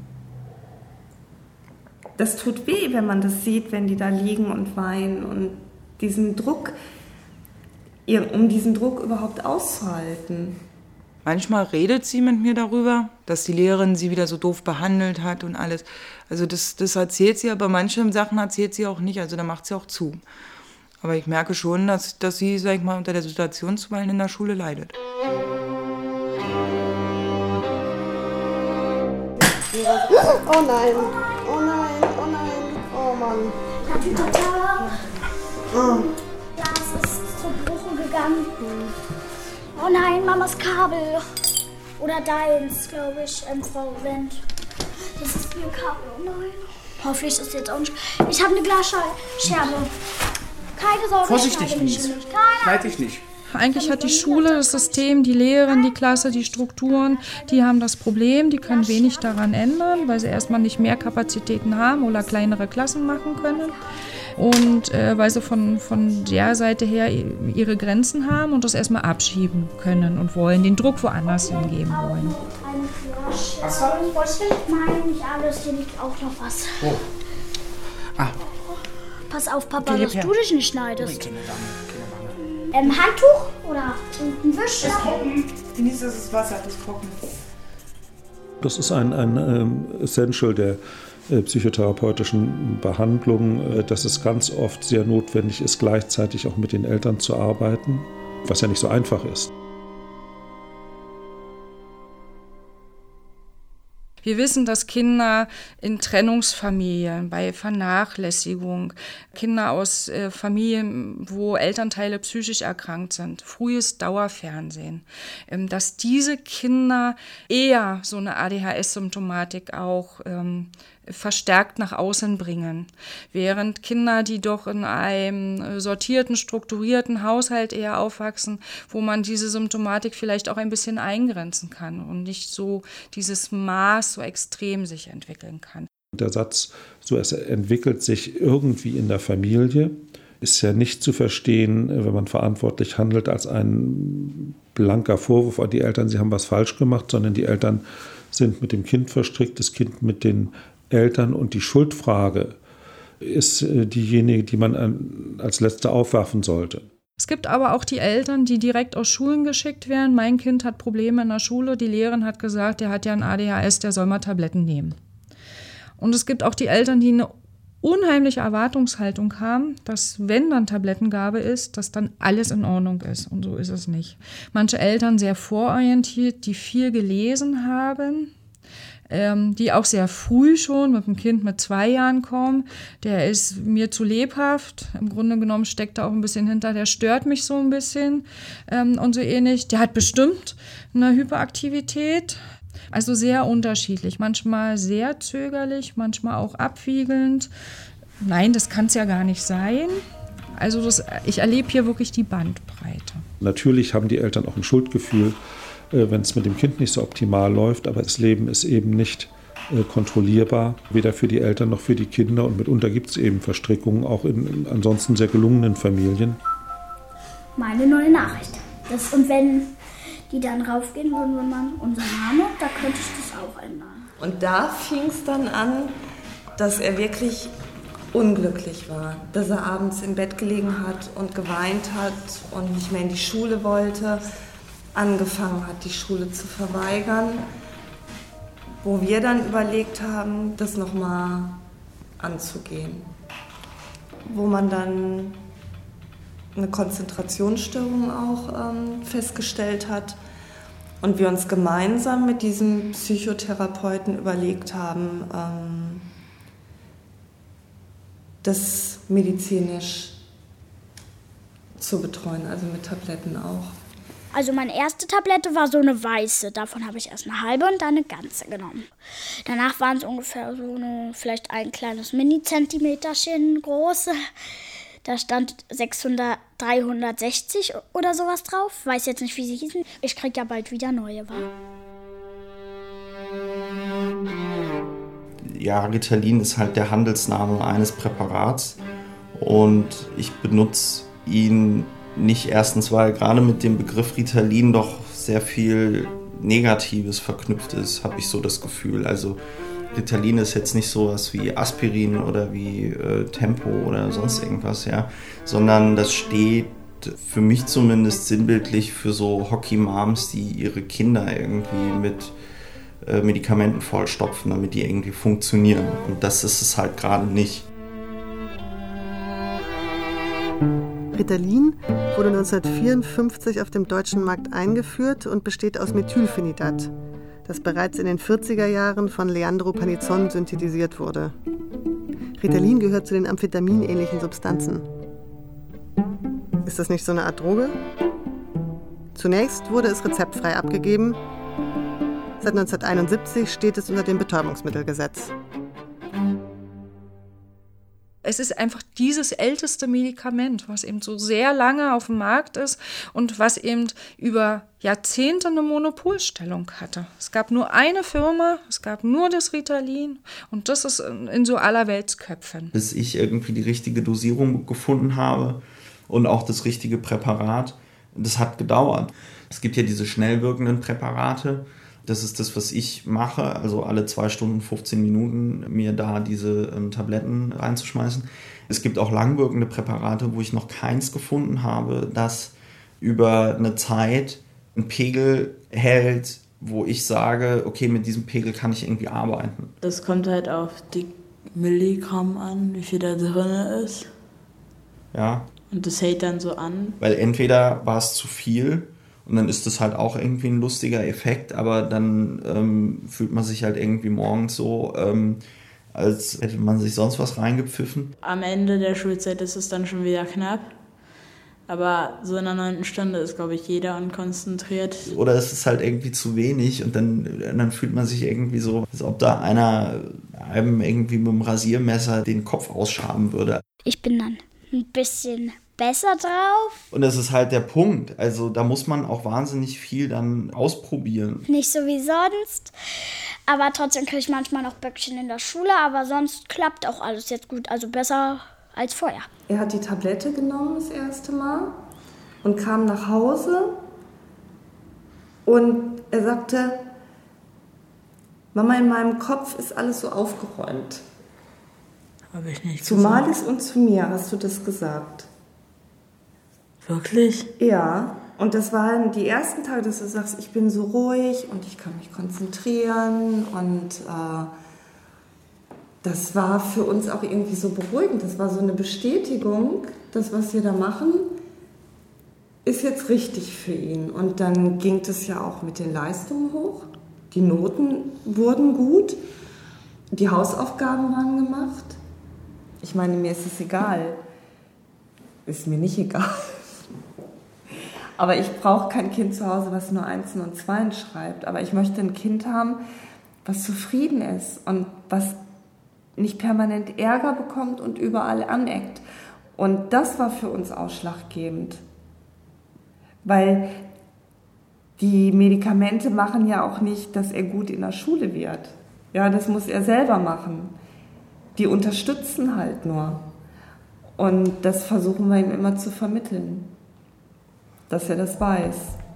Das tut weh, wenn man das sieht, wenn die da liegen und weinen und diesen Druck, um diesen Druck überhaupt auszuhalten. Manchmal redet sie mit mir darüber, dass die Lehrerin sie wieder so doof behandelt hat und alles. Also das erzählt sie, aber manche Sachen erzählt sie auch nicht, also da macht sie auch zu. Aber ich merke schon, dass sie, sag ich mal, unter der Situation zuweilen in der Schule leidet. Oh nein, oh nein, oh nein, oh Mann. Das ist zu Bruch gegangen. Oh nein, Mamas Kabel. Oder deins, glaube ich, Frau Wendt. Das ist ihr Kabel, oh nein. Hoffentlich ist es jetzt auch nicht. Ich habe eine Glasscherbe. Keine Sorge, Vorsichtig, ich schneide mich Nils. nicht. Schneid dich nicht. Eigentlich hat die Schule, das System, die Lehrerin, die Klasse, die Strukturen, die haben das Problem, die können wenig daran ändern, weil sie erstmal nicht mehr Kapazitäten haben oder kleinere Klassen machen können. Und weil sie von der Seite her ihre Grenzen haben und das erstmal abschieben können und wollen, den Druck woanders hingeben wollen. Nein, nicht alles, hier liegt auch noch was. Oh. Ah. Pass auf, Papa, Okay, dass gib du her. dich nicht schneidest. Keine Bange. Handtuch oder ein Wisch? Das Trocken. Genieß das Wasser, das Trocken. Das ist ein Essential der psychotherapeutischen Behandlung, dass es ganz oft sehr notwendig ist, gleichzeitig auch mit den Eltern zu arbeiten, was ja nicht so einfach ist. Wir wissen, dass Kinder in Trennungsfamilien, bei Vernachlässigung, Kinder aus Familien, wo Elternteile psychisch erkrankt sind, frühes Dauerfernsehen, dass diese Kinder eher so eine ADHS-Symptomatik auch verstärkt nach außen bringen. Während Kinder, die doch in einem sortierten, strukturierten Haushalt eher aufwachsen, wo man diese Symptomatik vielleicht auch ein bisschen eingrenzen kann und nicht so dieses Maß so extrem sich entwickeln kann. Der Satz, so es entwickelt sich irgendwie in der Familie, ist ja nicht zu verstehen, wenn man verantwortlich handelt, als ein blanker Vorwurf an die Eltern, sie haben was falsch gemacht, sondern die Eltern sind mit dem Kind verstrickt, das Kind mit den Eltern und die Schuldfrage ist diejenige, die man als letzte aufwerfen sollte. Es gibt aber auch die Eltern, die direkt aus Schulen geschickt werden. Mein Kind hat Probleme in der Schule, die Lehrerin hat gesagt, der hat ja ein ADHS, der soll mal Tabletten nehmen. Und es gibt auch die Eltern, die eine unheimliche Erwartungshaltung haben, dass wenn dann Tablettengabe ist, dass dann alles in Ordnung ist. Und so ist es nicht. Manche Eltern sehr vororientiert, die viel gelesen haben, die auch sehr früh schon mit dem Kind mit 2 Jahren kommen. Der ist mir zu lebhaft. Im Grunde genommen steckt da auch ein bisschen hinter, der stört mich so ein bisschen und so ähnlich. Der hat bestimmt eine Hyperaktivität. Also sehr unterschiedlich. Manchmal sehr zögerlich, manchmal auch abwiegelnd. Nein, das kann es ja gar nicht sein. Also ich erlebe hier wirklich die Bandbreite. Natürlich haben die Eltern auch ein Schuldgefühl, wenn es mit dem Kind nicht so optimal läuft, aber das Leben ist eben nicht kontrollierbar, weder für die Eltern noch für die Kinder und mitunter gibt es eben Verstrickungen, auch in ansonsten sehr gelungenen Familien. Meine neue Nachricht. Und wenn die dann raufgehen würden, wenn man unser Name, da könnte ich das auch ändern. Und da fing es dann an, dass er wirklich unglücklich war, dass er abends im Bett gelegen hat und geweint hat und nicht mehr in die Schule wollte, angefangen hat, die Schule zu verweigern, wo wir dann überlegt haben, das nochmal anzugehen. Wo man dann eine Konzentrationsstörung auch festgestellt hat und wir uns gemeinsam mit diesem Psychotherapeuten überlegt haben, das medizinisch zu betreuen, also mit Tabletten auch. Also meine erste Tablette war so eine weiße, davon habe ich erst eine halbe und dann eine ganze genommen. Danach waren es ungefähr vielleicht ein kleines Mini-Zentimeterchen große. Da stand 360 oder sowas drauf, weiß jetzt nicht, wie sie hießen. Ich kriege ja bald wieder neue, wa? ja, Ritalin ist halt der Handelsname eines Präparats und ich benutze ihn nicht erstens, weil gerade mit dem Begriff Ritalin doch sehr viel Negatives verknüpft ist, habe ich so das Gefühl. Also Ritalin ist jetzt nicht sowas wie Aspirin oder wie Tempo oder sonst irgendwas, ja, sondern das steht für mich zumindest sinnbildlich für so Hockey-Moms, die ihre Kinder irgendwie mit Medikamenten vollstopfen, damit die irgendwie funktionieren. Und das ist es halt gerade nicht. Ritalin wurde 1954 auf dem deutschen Markt eingeführt und besteht aus Methylphenidat, das bereits in den 40er Jahren von Leandro Panizon synthetisiert wurde. Ritalin gehört zu den Amphetamin-ähnlichen Substanzen. Ist das nicht so eine Art Droge? Zunächst wurde es rezeptfrei abgegeben. Seit 1971 steht es unter dem Betäubungsmittelgesetz. Es ist einfach dieses älteste Medikament, was eben so sehr lange auf dem Markt ist und was eben über Jahrzehnte eine Monopolstellung hatte. Es gab nur eine Firma, es gab nur das Ritalin und das ist in so allerweltsköpfen. Bis ich irgendwie die richtige Dosierung gefunden habe und auch das richtige Präparat, das hat gedauert. Es gibt ja diese schnell wirkenden Präparate. Das ist das, was ich mache, also alle 2 Stunden, 15 Minuten mir da diese Tabletten reinzuschmeißen. Es gibt auch langwirkende Präparate, wo ich noch keins gefunden habe, das über eine Zeit einen Pegel hält, wo ich sage, okay, mit diesem Pegel kann ich irgendwie arbeiten. Das kommt halt auf die Milligramm an, wie viel da drin ist. Ja. Und das hält dann so an. Weil entweder war es zu viel und dann ist das halt auch irgendwie ein lustiger Effekt, aber dann fühlt man sich halt irgendwie morgens so, als hätte man sich sonst was reingepfiffen. Am Ende der Schulzeit ist es dann schon wieder knapp. Aber so in der 9. Stunde ist, glaube ich, jeder unkonzentriert. Oder es ist halt irgendwie zu wenig und dann fühlt man sich irgendwie so, als ob da einer einem irgendwie mit dem Rasiermesser den Kopf ausschaben würde. Ich bin dann ein bisschen besser drauf. Und das ist halt der Punkt. Also da muss man auch wahnsinnig viel dann ausprobieren. Nicht so wie sonst. Aber trotzdem kriege ich manchmal noch Böckchen in der Schule. Aber sonst klappt auch alles jetzt gut. Also besser als vorher. Er hat die Tablette genommen das erste Mal und kam nach Hause. Und er sagte, Mama, in meinem Kopf ist alles so aufgeräumt. Habe ich nicht zu Marlies und zu mir hast du das gesagt. Wirklich? Ja, und das waren die ersten Tage, dass du sagst, ich bin so ruhig und ich kann mich konzentrieren und das war für uns auch irgendwie so beruhigend. Das war so eine Bestätigung, das, was wir da machen, ist jetzt richtig für ihn. Und dann ging es ja auch mit den Leistungen hoch. Die Noten wurden gut, die Hausaufgaben waren gemacht. Ich meine, mir ist es egal. Ist mir nicht egal. Aber ich brauche kein Kind zu Hause, was nur 1 und 2 schreibt. Aber ich möchte ein Kind haben, was zufrieden ist und was nicht permanent Ärger bekommt und überall aneckt. Und das war für uns ausschlaggebend. Weil die Medikamente machen ja auch nicht, dass er gut in der Schule wird. Ja, das muss er selber machen. Die unterstützen halt nur. Und das versuchen wir ihm immer zu vermitteln, dass er das weiß.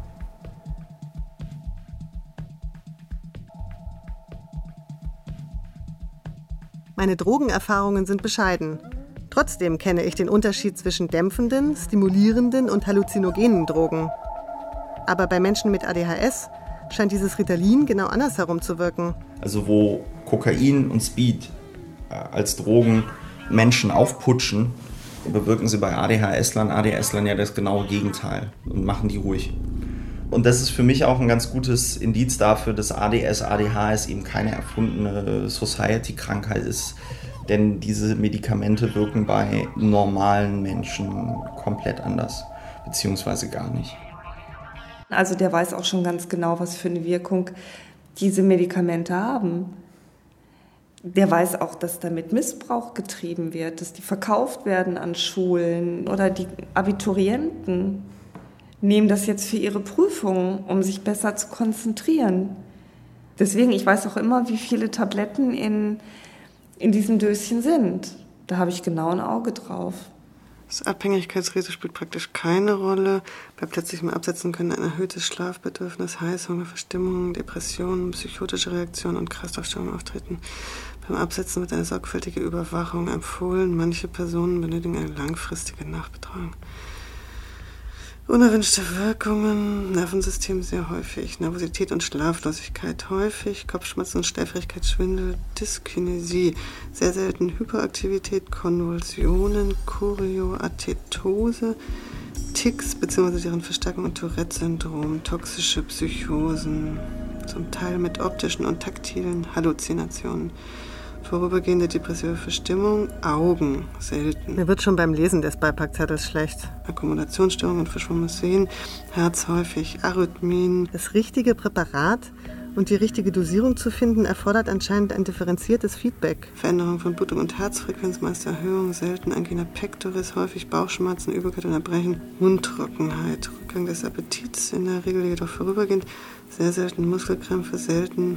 Meine Drogenerfahrungen sind bescheiden. Trotzdem kenne ich den Unterschied zwischen dämpfenden, stimulierenden und halluzinogenen Drogen. Aber bei Menschen mit ADHS scheint dieses Ritalin genau andersherum zu wirken. Also wo Kokain und Speed als Drogen Menschen aufputschen, bewirken sie bei ADHS-Lern ja das genaue Gegenteil und machen die ruhig. Und das ist für mich auch ein ganz gutes Indiz dafür, dass ADHS eben keine erfundene Society-Krankheit ist. Denn diese Medikamente wirken bei normalen Menschen komplett anders, beziehungsweise gar nicht. Also der weiß auch schon ganz genau, was für eine Wirkung diese Medikamente haben. Der weiß auch, dass damit Missbrauch getrieben wird, dass die verkauft werden an Schulen oder die Abiturienten nehmen das jetzt für ihre Prüfungen, um sich besser zu konzentrieren. Deswegen, ich weiß auch immer, wie viele Tabletten in in diesem Döschen sind. Da habe ich genau ein Auge drauf. Das Abhängigkeitsrisiko spielt praktisch keine Rolle. Bei plötzlichem Absetzen können ein erhöhtes Schlafbedürfnis, Heißhunger, Verstimmungen, Depressionen, psychotische Reaktionen und Kreislaufstörungen auftreten. Beim Absetzen wird eine sorgfältige Überwachung empfohlen. Manche Personen benötigen eine langfristige Nachbetreuung. Unerwünschte Wirkungen, Nervensystem sehr häufig, Nervosität und Schlaflosigkeit häufig, Kopfschmerzen, Schläfrigkeit, Schwindel, Dyskinesie, sehr selten Hyperaktivität, Konvulsionen, Chorioatetose, Tics bzw. deren Verstärkung und Tourette-Syndrom, toxische Psychosen, zum Teil mit optischen und taktilen Halluzinationen. Vorübergehende depressive Verstimmung, Augen, selten. Mir wird schon beim Lesen des Beipackzettels schlecht. Akkumulationsstörungen und verschwommenes Sehen, Herz häufig, Arrhythmien. Das richtige Präparat und die richtige Dosierung zu finden, erfordert anscheinend ein differenziertes Feedback. Veränderung von Blutung und Herzfrequenz, meist Erhöhung, selten Angina pectoris, häufig Bauchschmerzen, Übelkeit und Erbrechen, Mundtrockenheit, Rückgang des Appetits, in der Regel jedoch vorübergehend, sehr selten Muskelkrämpfe, selten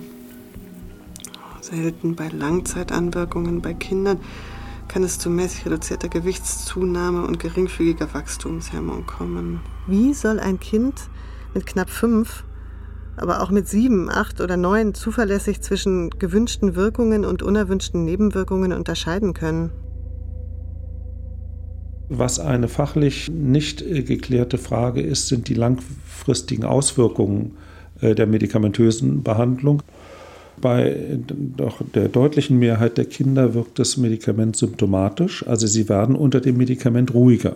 bei Langzeitanwirkungen bei Kindern kann es zu mäßig reduzierter Gewichtszunahme und geringfügiger Wachstumshemmung kommen. Wie soll ein Kind mit knapp 5, aber auch mit 7, 8 oder 9 zuverlässig zwischen gewünschten Wirkungen und unerwünschten Nebenwirkungen unterscheiden können? Was eine fachlich nicht geklärte Frage ist, sind die langfristigen Auswirkungen der medikamentösen Behandlung. Bei doch der deutlichen Mehrheit der Kinder wirkt das Medikament symptomatisch, also sie werden unter dem Medikament ruhiger.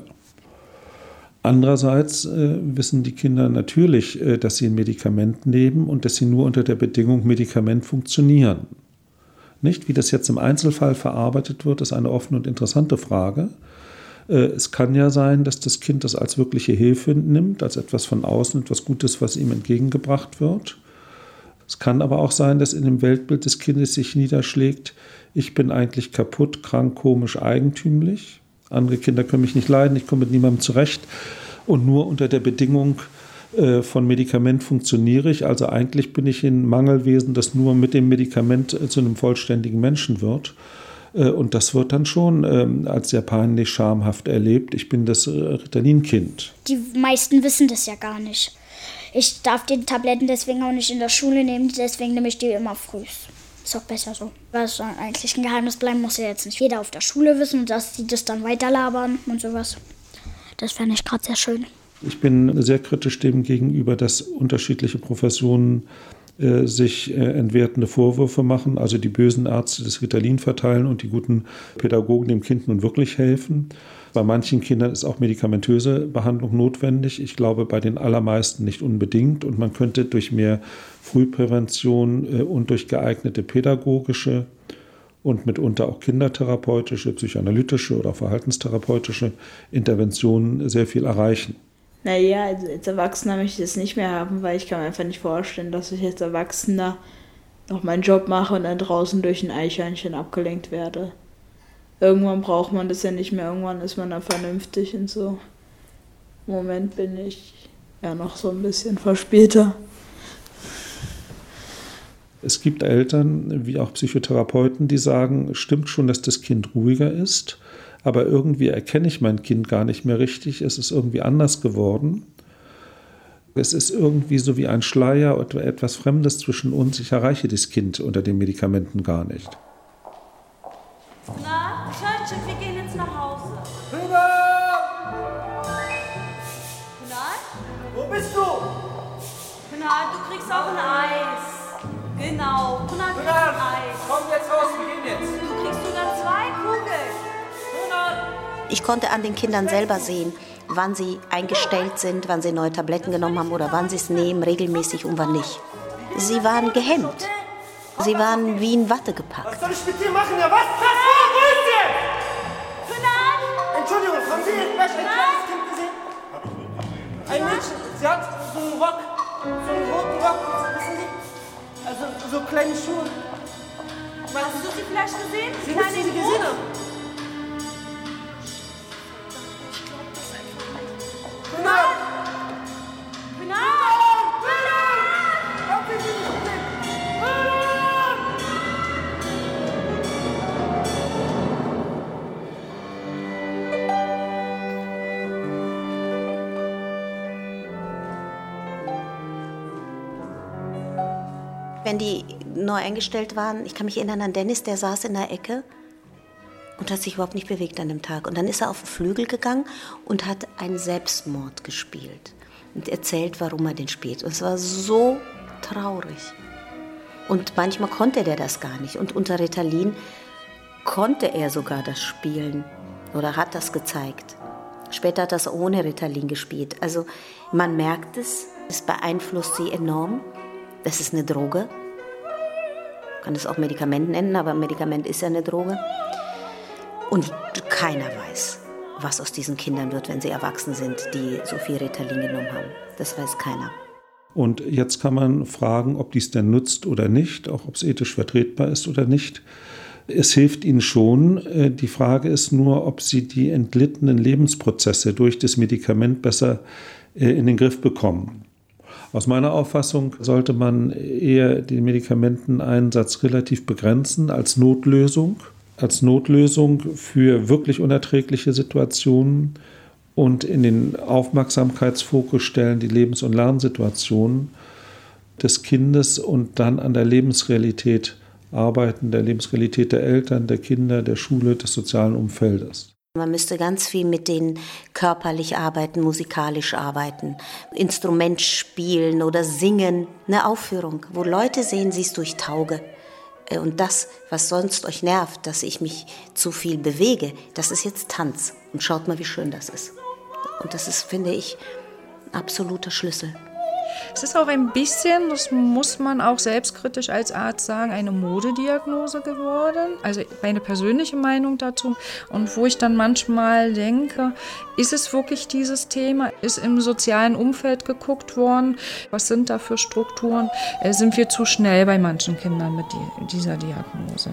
Andererseits wissen die Kinder natürlich, dass sie ein Medikament nehmen und dass sie nur unter der Bedingung Medikament funktionieren. Nicht, wie das jetzt im Einzelfall verarbeitet wird, ist eine offene und interessante Frage. Es kann ja sein, dass das Kind das als wirkliche Hilfe nimmt, als etwas von außen, etwas Gutes, was ihm entgegengebracht wird. Es kann aber auch sein, dass in dem Weltbild des Kindes sich niederschlägt, ich bin eigentlich kaputt, krank, komisch, eigentümlich. Andere Kinder können mich nicht leiden, ich komme mit niemandem zurecht. Und nur unter der Bedingung von Medikament funktioniere ich. Also eigentlich bin ich ein Mangelwesen, das nur mit dem Medikament zu einem vollständigen Menschen wird. Und das wird dann schon als sehr peinlich, schamhaft erlebt. Ich bin das Ritalin-Kind. Die meisten wissen das ja gar nicht. Ich darf die Tabletten deswegen auch nicht in der Schule nehmen, deswegen nehme ich die immer früh. Ist auch besser so. Was soll eigentlich ein Geheimnis bleiben, muss ja jetzt nicht jeder auf der Schule wissen, dass die das dann weiterlabern und sowas. Das fände ich gerade sehr schön. Ich bin sehr kritisch dem gegenüber, dass unterschiedliche Professionen sich entwertende Vorwürfe machen, also die bösen Ärzte das Ritalin verteilen und die guten Pädagogen dem Kind nun wirklich helfen. Bei manchen Kindern ist auch medikamentöse Behandlung notwendig. Ich glaube, bei den allermeisten nicht unbedingt. Und man könnte durch mehr Frühprävention und durch geeignete pädagogische und mitunter auch kindertherapeutische, psychoanalytische oder verhaltenstherapeutische Interventionen sehr viel erreichen. Naja, als Erwachsener möchte ich das nicht mehr haben, weil ich kann mir einfach nicht vorstellen, dass ich als Erwachsener noch meinen Job mache und dann draußen durch ein Eichhörnchen abgelenkt werde. Irgendwann braucht man das ja nicht mehr, irgendwann ist man dann vernünftig und so. Im Moment bin ich ja noch so ein bisschen verspäter. Es gibt Eltern, wie auch Psychotherapeuten, die sagen, stimmt schon, dass das Kind ruhiger ist, aber irgendwie erkenne ich mein Kind gar nicht mehr richtig, es ist irgendwie anders geworden. Es ist irgendwie so wie ein Schleier oder etwas Fremdes zwischen uns. Ich erreiche das Kind unter den Medikamenten gar nicht. Na, Schöttchen, wir gehen jetzt nach Hause. Hüber! Kunal? Wo bist du? Kunal, du kriegst auch ein Eis. Genau, Kunal kriegt ein Eis. Komm jetzt raus, wir gehen jetzt. Du kriegst sogar 2 Kugeln. Ich konnte an den Kindern selber sehen, wann sie eingestellt sind, wann sie neue Tabletten genommen haben oder wann sie es nehmen, regelmäßig und wann nicht. Sie waren gehemmt. Sie waren wie in Watte gepackt. Was soll ich mit dir machen? Ja, was? Wo ist ihr? Entschuldigung, haben Sie irgendwas ein kleines Kind gesehen? Ein Mädchen, sie hat so einen Rock, so einen roten Rock, wissen Sie? Also so kleine Schuhe. Hast du sie vielleicht gesehen? Sie müssen sie gesehen haben. wenn die neu eingestellt waren. Ich kann mich erinnern an Dennis, der saß in der Ecke und hat sich überhaupt nicht bewegt an dem Tag. Und dann ist er auf den Flügel gegangen und hat einen Selbstmord gespielt und erzählt, warum er den spielt. Und es war so traurig. Und manchmal konnte der das gar nicht. Und unter Ritalin konnte er sogar das spielen oder hat das gezeigt. Später hat er das ohne Ritalin gespielt. Also man merkt es beeinflusst sie enorm. Das ist eine Droge. Man kann es auch Medikament nennen, aber ein Medikament ist ja eine Droge. Und keiner weiß, was aus diesen Kindern wird, wenn sie erwachsen sind, die so viel Ritalin genommen haben. Das weiß keiner. Und jetzt kann man fragen, ob dies denn nutzt oder nicht, auch ob es ethisch vertretbar ist oder nicht. Es hilft ihnen schon. Die Frage ist nur, ob sie die entglittenen Lebensprozesse durch das Medikament besser in den Griff bekommen. Aus meiner Auffassung sollte man eher den Medikamenteneinsatz relativ begrenzen als Notlösung für wirklich unerträgliche Situationen und in den Aufmerksamkeitsfokus stellen die Lebens- und Lernsituationen des Kindes und dann an der Lebensrealität arbeiten, der Lebensrealität der Eltern, der Kinder, der Schule, des sozialen Umfeldes. Man müsste ganz viel mit denen körperlich arbeiten, musikalisch arbeiten, Instrument spielen oder singen. Eine Aufführung, wo Leute sehen, sie ist durch Tauge. Und das, was sonst euch nervt, dass ich mich zu viel bewege, das ist jetzt Tanz. Und schaut mal, wie schön das ist. Und das ist, finde ich, ein absoluter Schlüssel. Es ist auch ein bisschen, das muss man auch selbstkritisch als Arzt sagen, eine Modediagnose geworden. Also meine persönliche Meinung dazu. Und wo ich dann manchmal denke, ist es wirklich dieses Thema? Ist im sozialen Umfeld geguckt worden? Was sind da für Strukturen? Sind wir zu schnell bei manchen Kindern mit dieser Diagnose?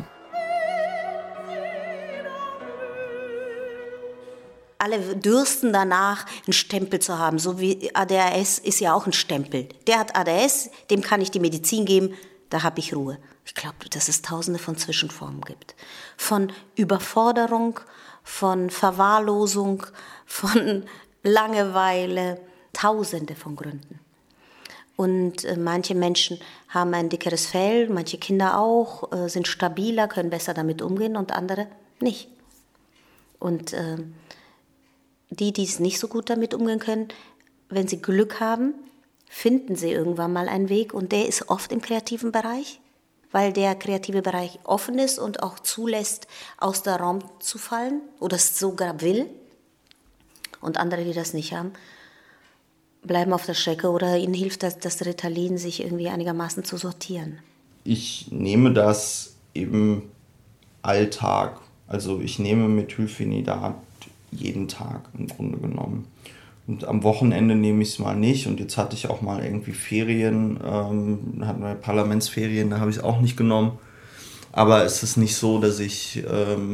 Alle dürsten danach, einen Stempel zu haben, so wie ADHS ist ja auch ein Stempel. Der hat ADHS, dem kann ich die Medizin geben, da habe ich Ruhe. Ich glaube, dass es tausende von Zwischenformen gibt. Von Überforderung, von Verwahrlosung, von Langeweile, tausende von Gründen. Und manche Menschen haben ein dickeres Fell, manche Kinder auch, sind stabiler, können besser damit umgehen und andere nicht. Und die es nicht so gut damit umgehen können, wenn sie Glück haben, finden sie irgendwann mal einen Weg. Und der ist oft im kreativen Bereich, weil der kreative Bereich offen ist und auch zulässt, aus der Raum zu fallen oder es sogar will. Und andere, die das nicht haben, bleiben auf der Strecke oder ihnen hilft das Ritalin, sich irgendwie einigermaßen zu sortieren. Ich nehme das im Alltag. Also ich nehme Methylphenidat jeden Tag im Grunde genommen. Und am Wochenende nehme ich es mal nicht. Und jetzt hatte ich auch mal irgendwie Ferien, hatten wir Parlamentsferien, da habe ich es auch nicht genommen. Aber es ist nicht so, dass ich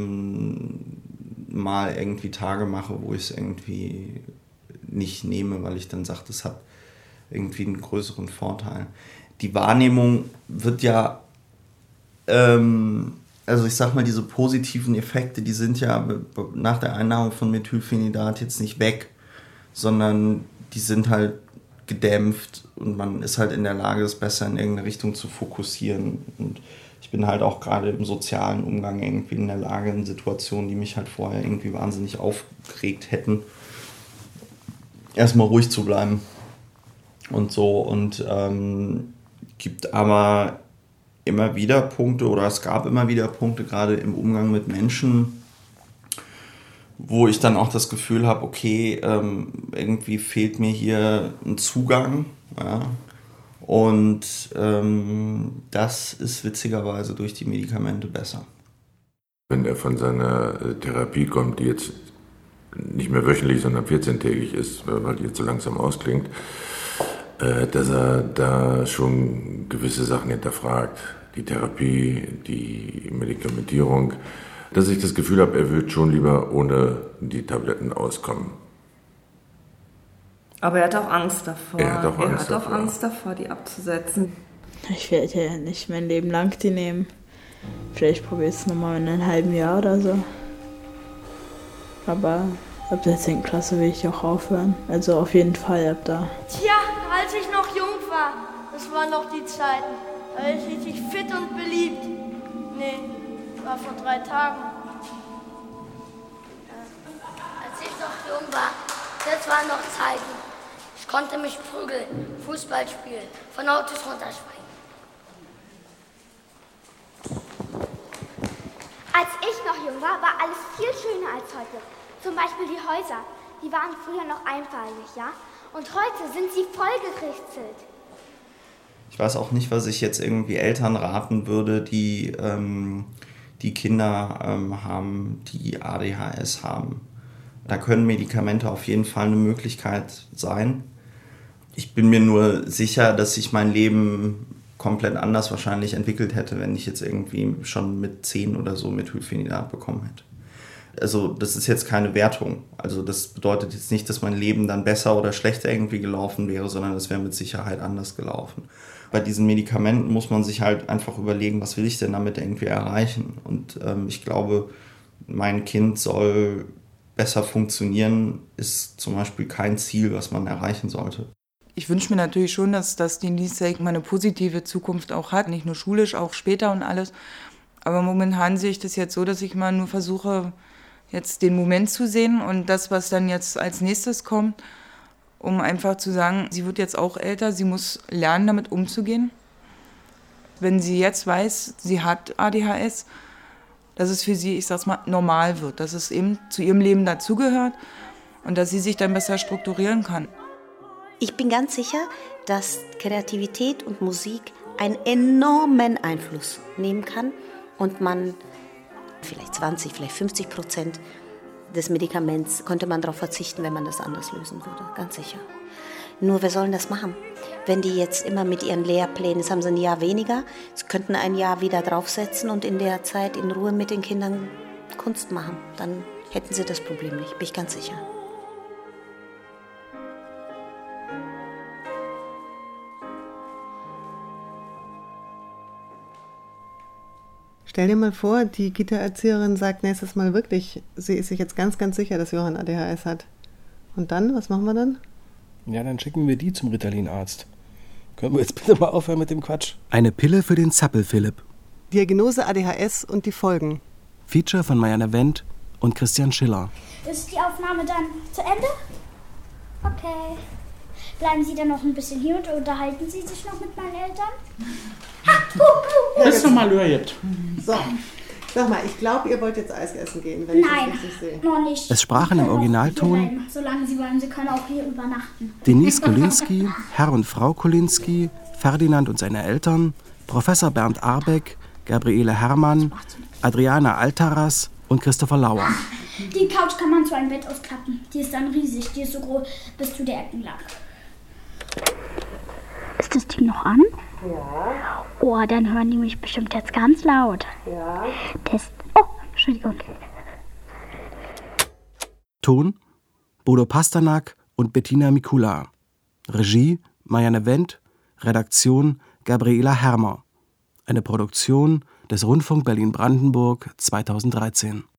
mal irgendwie Tage mache, wo ich es irgendwie nicht nehme, weil ich dann sage, das hat irgendwie einen größeren Vorteil. Die Wahrnehmung wird ja also ich sag mal, diese positiven Effekte, die sind ja nach der Einnahme von Methylphenidat jetzt nicht weg, sondern die sind halt gedämpft und man ist halt in der Lage, das besser in irgendeine Richtung zu fokussieren. Und ich bin halt auch gerade im sozialen Umgang irgendwie in der Lage, in Situationen, die mich halt vorher irgendwie wahnsinnig aufgeregt hätten, erstmal ruhig zu bleiben und so. Und gibt aber immer wieder Punkte, oder es gab immer wieder Punkte, gerade im Umgang mit Menschen, wo ich dann auch das Gefühl habe, okay, irgendwie fehlt mir hier ein Zugang. Ja? Und das ist witzigerweise durch die Medikamente besser. Wenn er von seiner Therapie kommt, die jetzt nicht mehr wöchentlich, sondern 14-tägig ist, weil die jetzt so langsam ausklingt, dass er da schon gewisse Sachen hinterfragt. Die Therapie, die Medikamentierung. Dass ich das Gefühl habe, er wird schon lieber ohne die Tabletten auskommen. Aber er hat auch Angst davor. Er hat auch Angst davor, die abzusetzen. Ich werde ja nicht mein Leben lang die nehmen. Vielleicht probiere ich es nochmal in einem halben Jahr oder so. Aber ab der 10. Klasse will ich auch aufhören. Also auf jeden Fall ab da. Tja, als ich noch jung war, das waren noch die Zeiten. Da war ich richtig fit und beliebt. Nee, war vor 3 Tagen. Als ich noch jung war, das waren noch Zeiten. Ich konnte mich prügeln, Fußball spielen, von Autos runterspringen. Als ich noch jung war, war alles viel schöner als heute. Zum Beispiel die Häuser. Die waren früher noch einfarbig, ja? Und heute sind sie vollgekritzelt. Ich weiß auch nicht, was ich jetzt irgendwie Eltern raten würde, die Kinder haben, die ADHS haben. Da können Medikamente auf jeden Fall eine Möglichkeit sein. Ich bin mir nur sicher, dass sich mein Leben komplett anders wahrscheinlich entwickelt hätte, wenn ich jetzt irgendwie schon mit 10 oder so Methylphenidat bekommen hätte. Also das ist jetzt keine Wertung. Also das bedeutet jetzt nicht, dass mein Leben dann besser oder schlechter irgendwie gelaufen wäre, sondern es wäre mit Sicherheit anders gelaufen. Bei diesen Medikamenten muss man sich halt einfach überlegen, was will ich denn damit irgendwie erreichen? Und ich glaube, mein Kind soll besser funktionieren, ist zum Beispiel kein Ziel, was man erreichen sollte. Ich wünsche mir natürlich schon, dass die Lies mal eine positive Zukunft auch hat, nicht nur schulisch, auch später und alles. Aber momentan sehe ich das jetzt so, dass ich mal nur versuche, jetzt den Moment zu sehen und das, was dann jetzt als nächstes kommt, um einfach zu sagen, sie wird jetzt auch älter, sie muss lernen, damit umzugehen. Wenn sie jetzt weiß, sie hat ADHS, dass es für sie, ich sag's mal, normal wird, dass es eben zu ihrem Leben dazugehört und dass sie sich dann besser strukturieren kann. Ich bin ganz sicher, dass Kreativität und Musik einen enormen Einfluss nehmen kann und man vielleicht 20, vielleicht 50% des Medikaments könnte man darauf verzichten, wenn man das anders lösen würde, ganz sicher. Nur, wer soll denn das machen? Wenn die jetzt immer mit ihren Lehrplänen, jetzt haben sie ein Jahr weniger, sie könnten ein Jahr wieder draufsetzen und in der Zeit in Ruhe mit den Kindern Kunst machen. Dann hätten sie das Problem nicht, bin ich ganz sicher. Stell dir mal vor, die Kita-Erzieherin sagt nächstes Mal wirklich, sie ist sich jetzt ganz, ganz sicher, dass Johann ADHS hat. Und dann, was machen wir dann? Ja, dann schicken wir die zum Ritalin-Arzt. Können wir jetzt bitte mal aufhören mit dem Quatsch? Eine Pille für den Zappel-Philipp. Diagnose ADHS und die Folgen. Feature von Marianne Wendt und Christian Schiller. Ist die Aufnahme dann zu Ende? Okay. Bleiben Sie dann noch ein bisschen hier und unterhalten Sie sich noch mit meinen Eltern? Das ist nochmal löjet. So, sag mal, ich glaube, ihr wollt jetzt Eis essen gehen, wenn Nein, ich das richtig sehe. noch nicht. Es sprachen im Originalton Solange Sie wollen, Sie können auch hier übernachten. Denise Kolinski, Herr und Frau Kolinski, Ferdinand und seine Eltern, Professor Bernd Arbeck, Gabriele Herrmann, Adriana Altaras und Christopher Lauer. Die Couch kann man zu einem Bett ausklappen. Die ist dann riesig, die ist so groß bis zu der Ecken lang. Ist das Ding noch an? Ja. Oh, dann hören die mich bestimmt jetzt ganz laut. Ja. Test. Oh, Entschuldigung. Ton Bodo Pasternak und Bettina Mikula. Regie Marianne Wendt. Redaktion Gabriela Hermer. Eine Produktion des Rundfunk Berlin-Brandenburg 2013.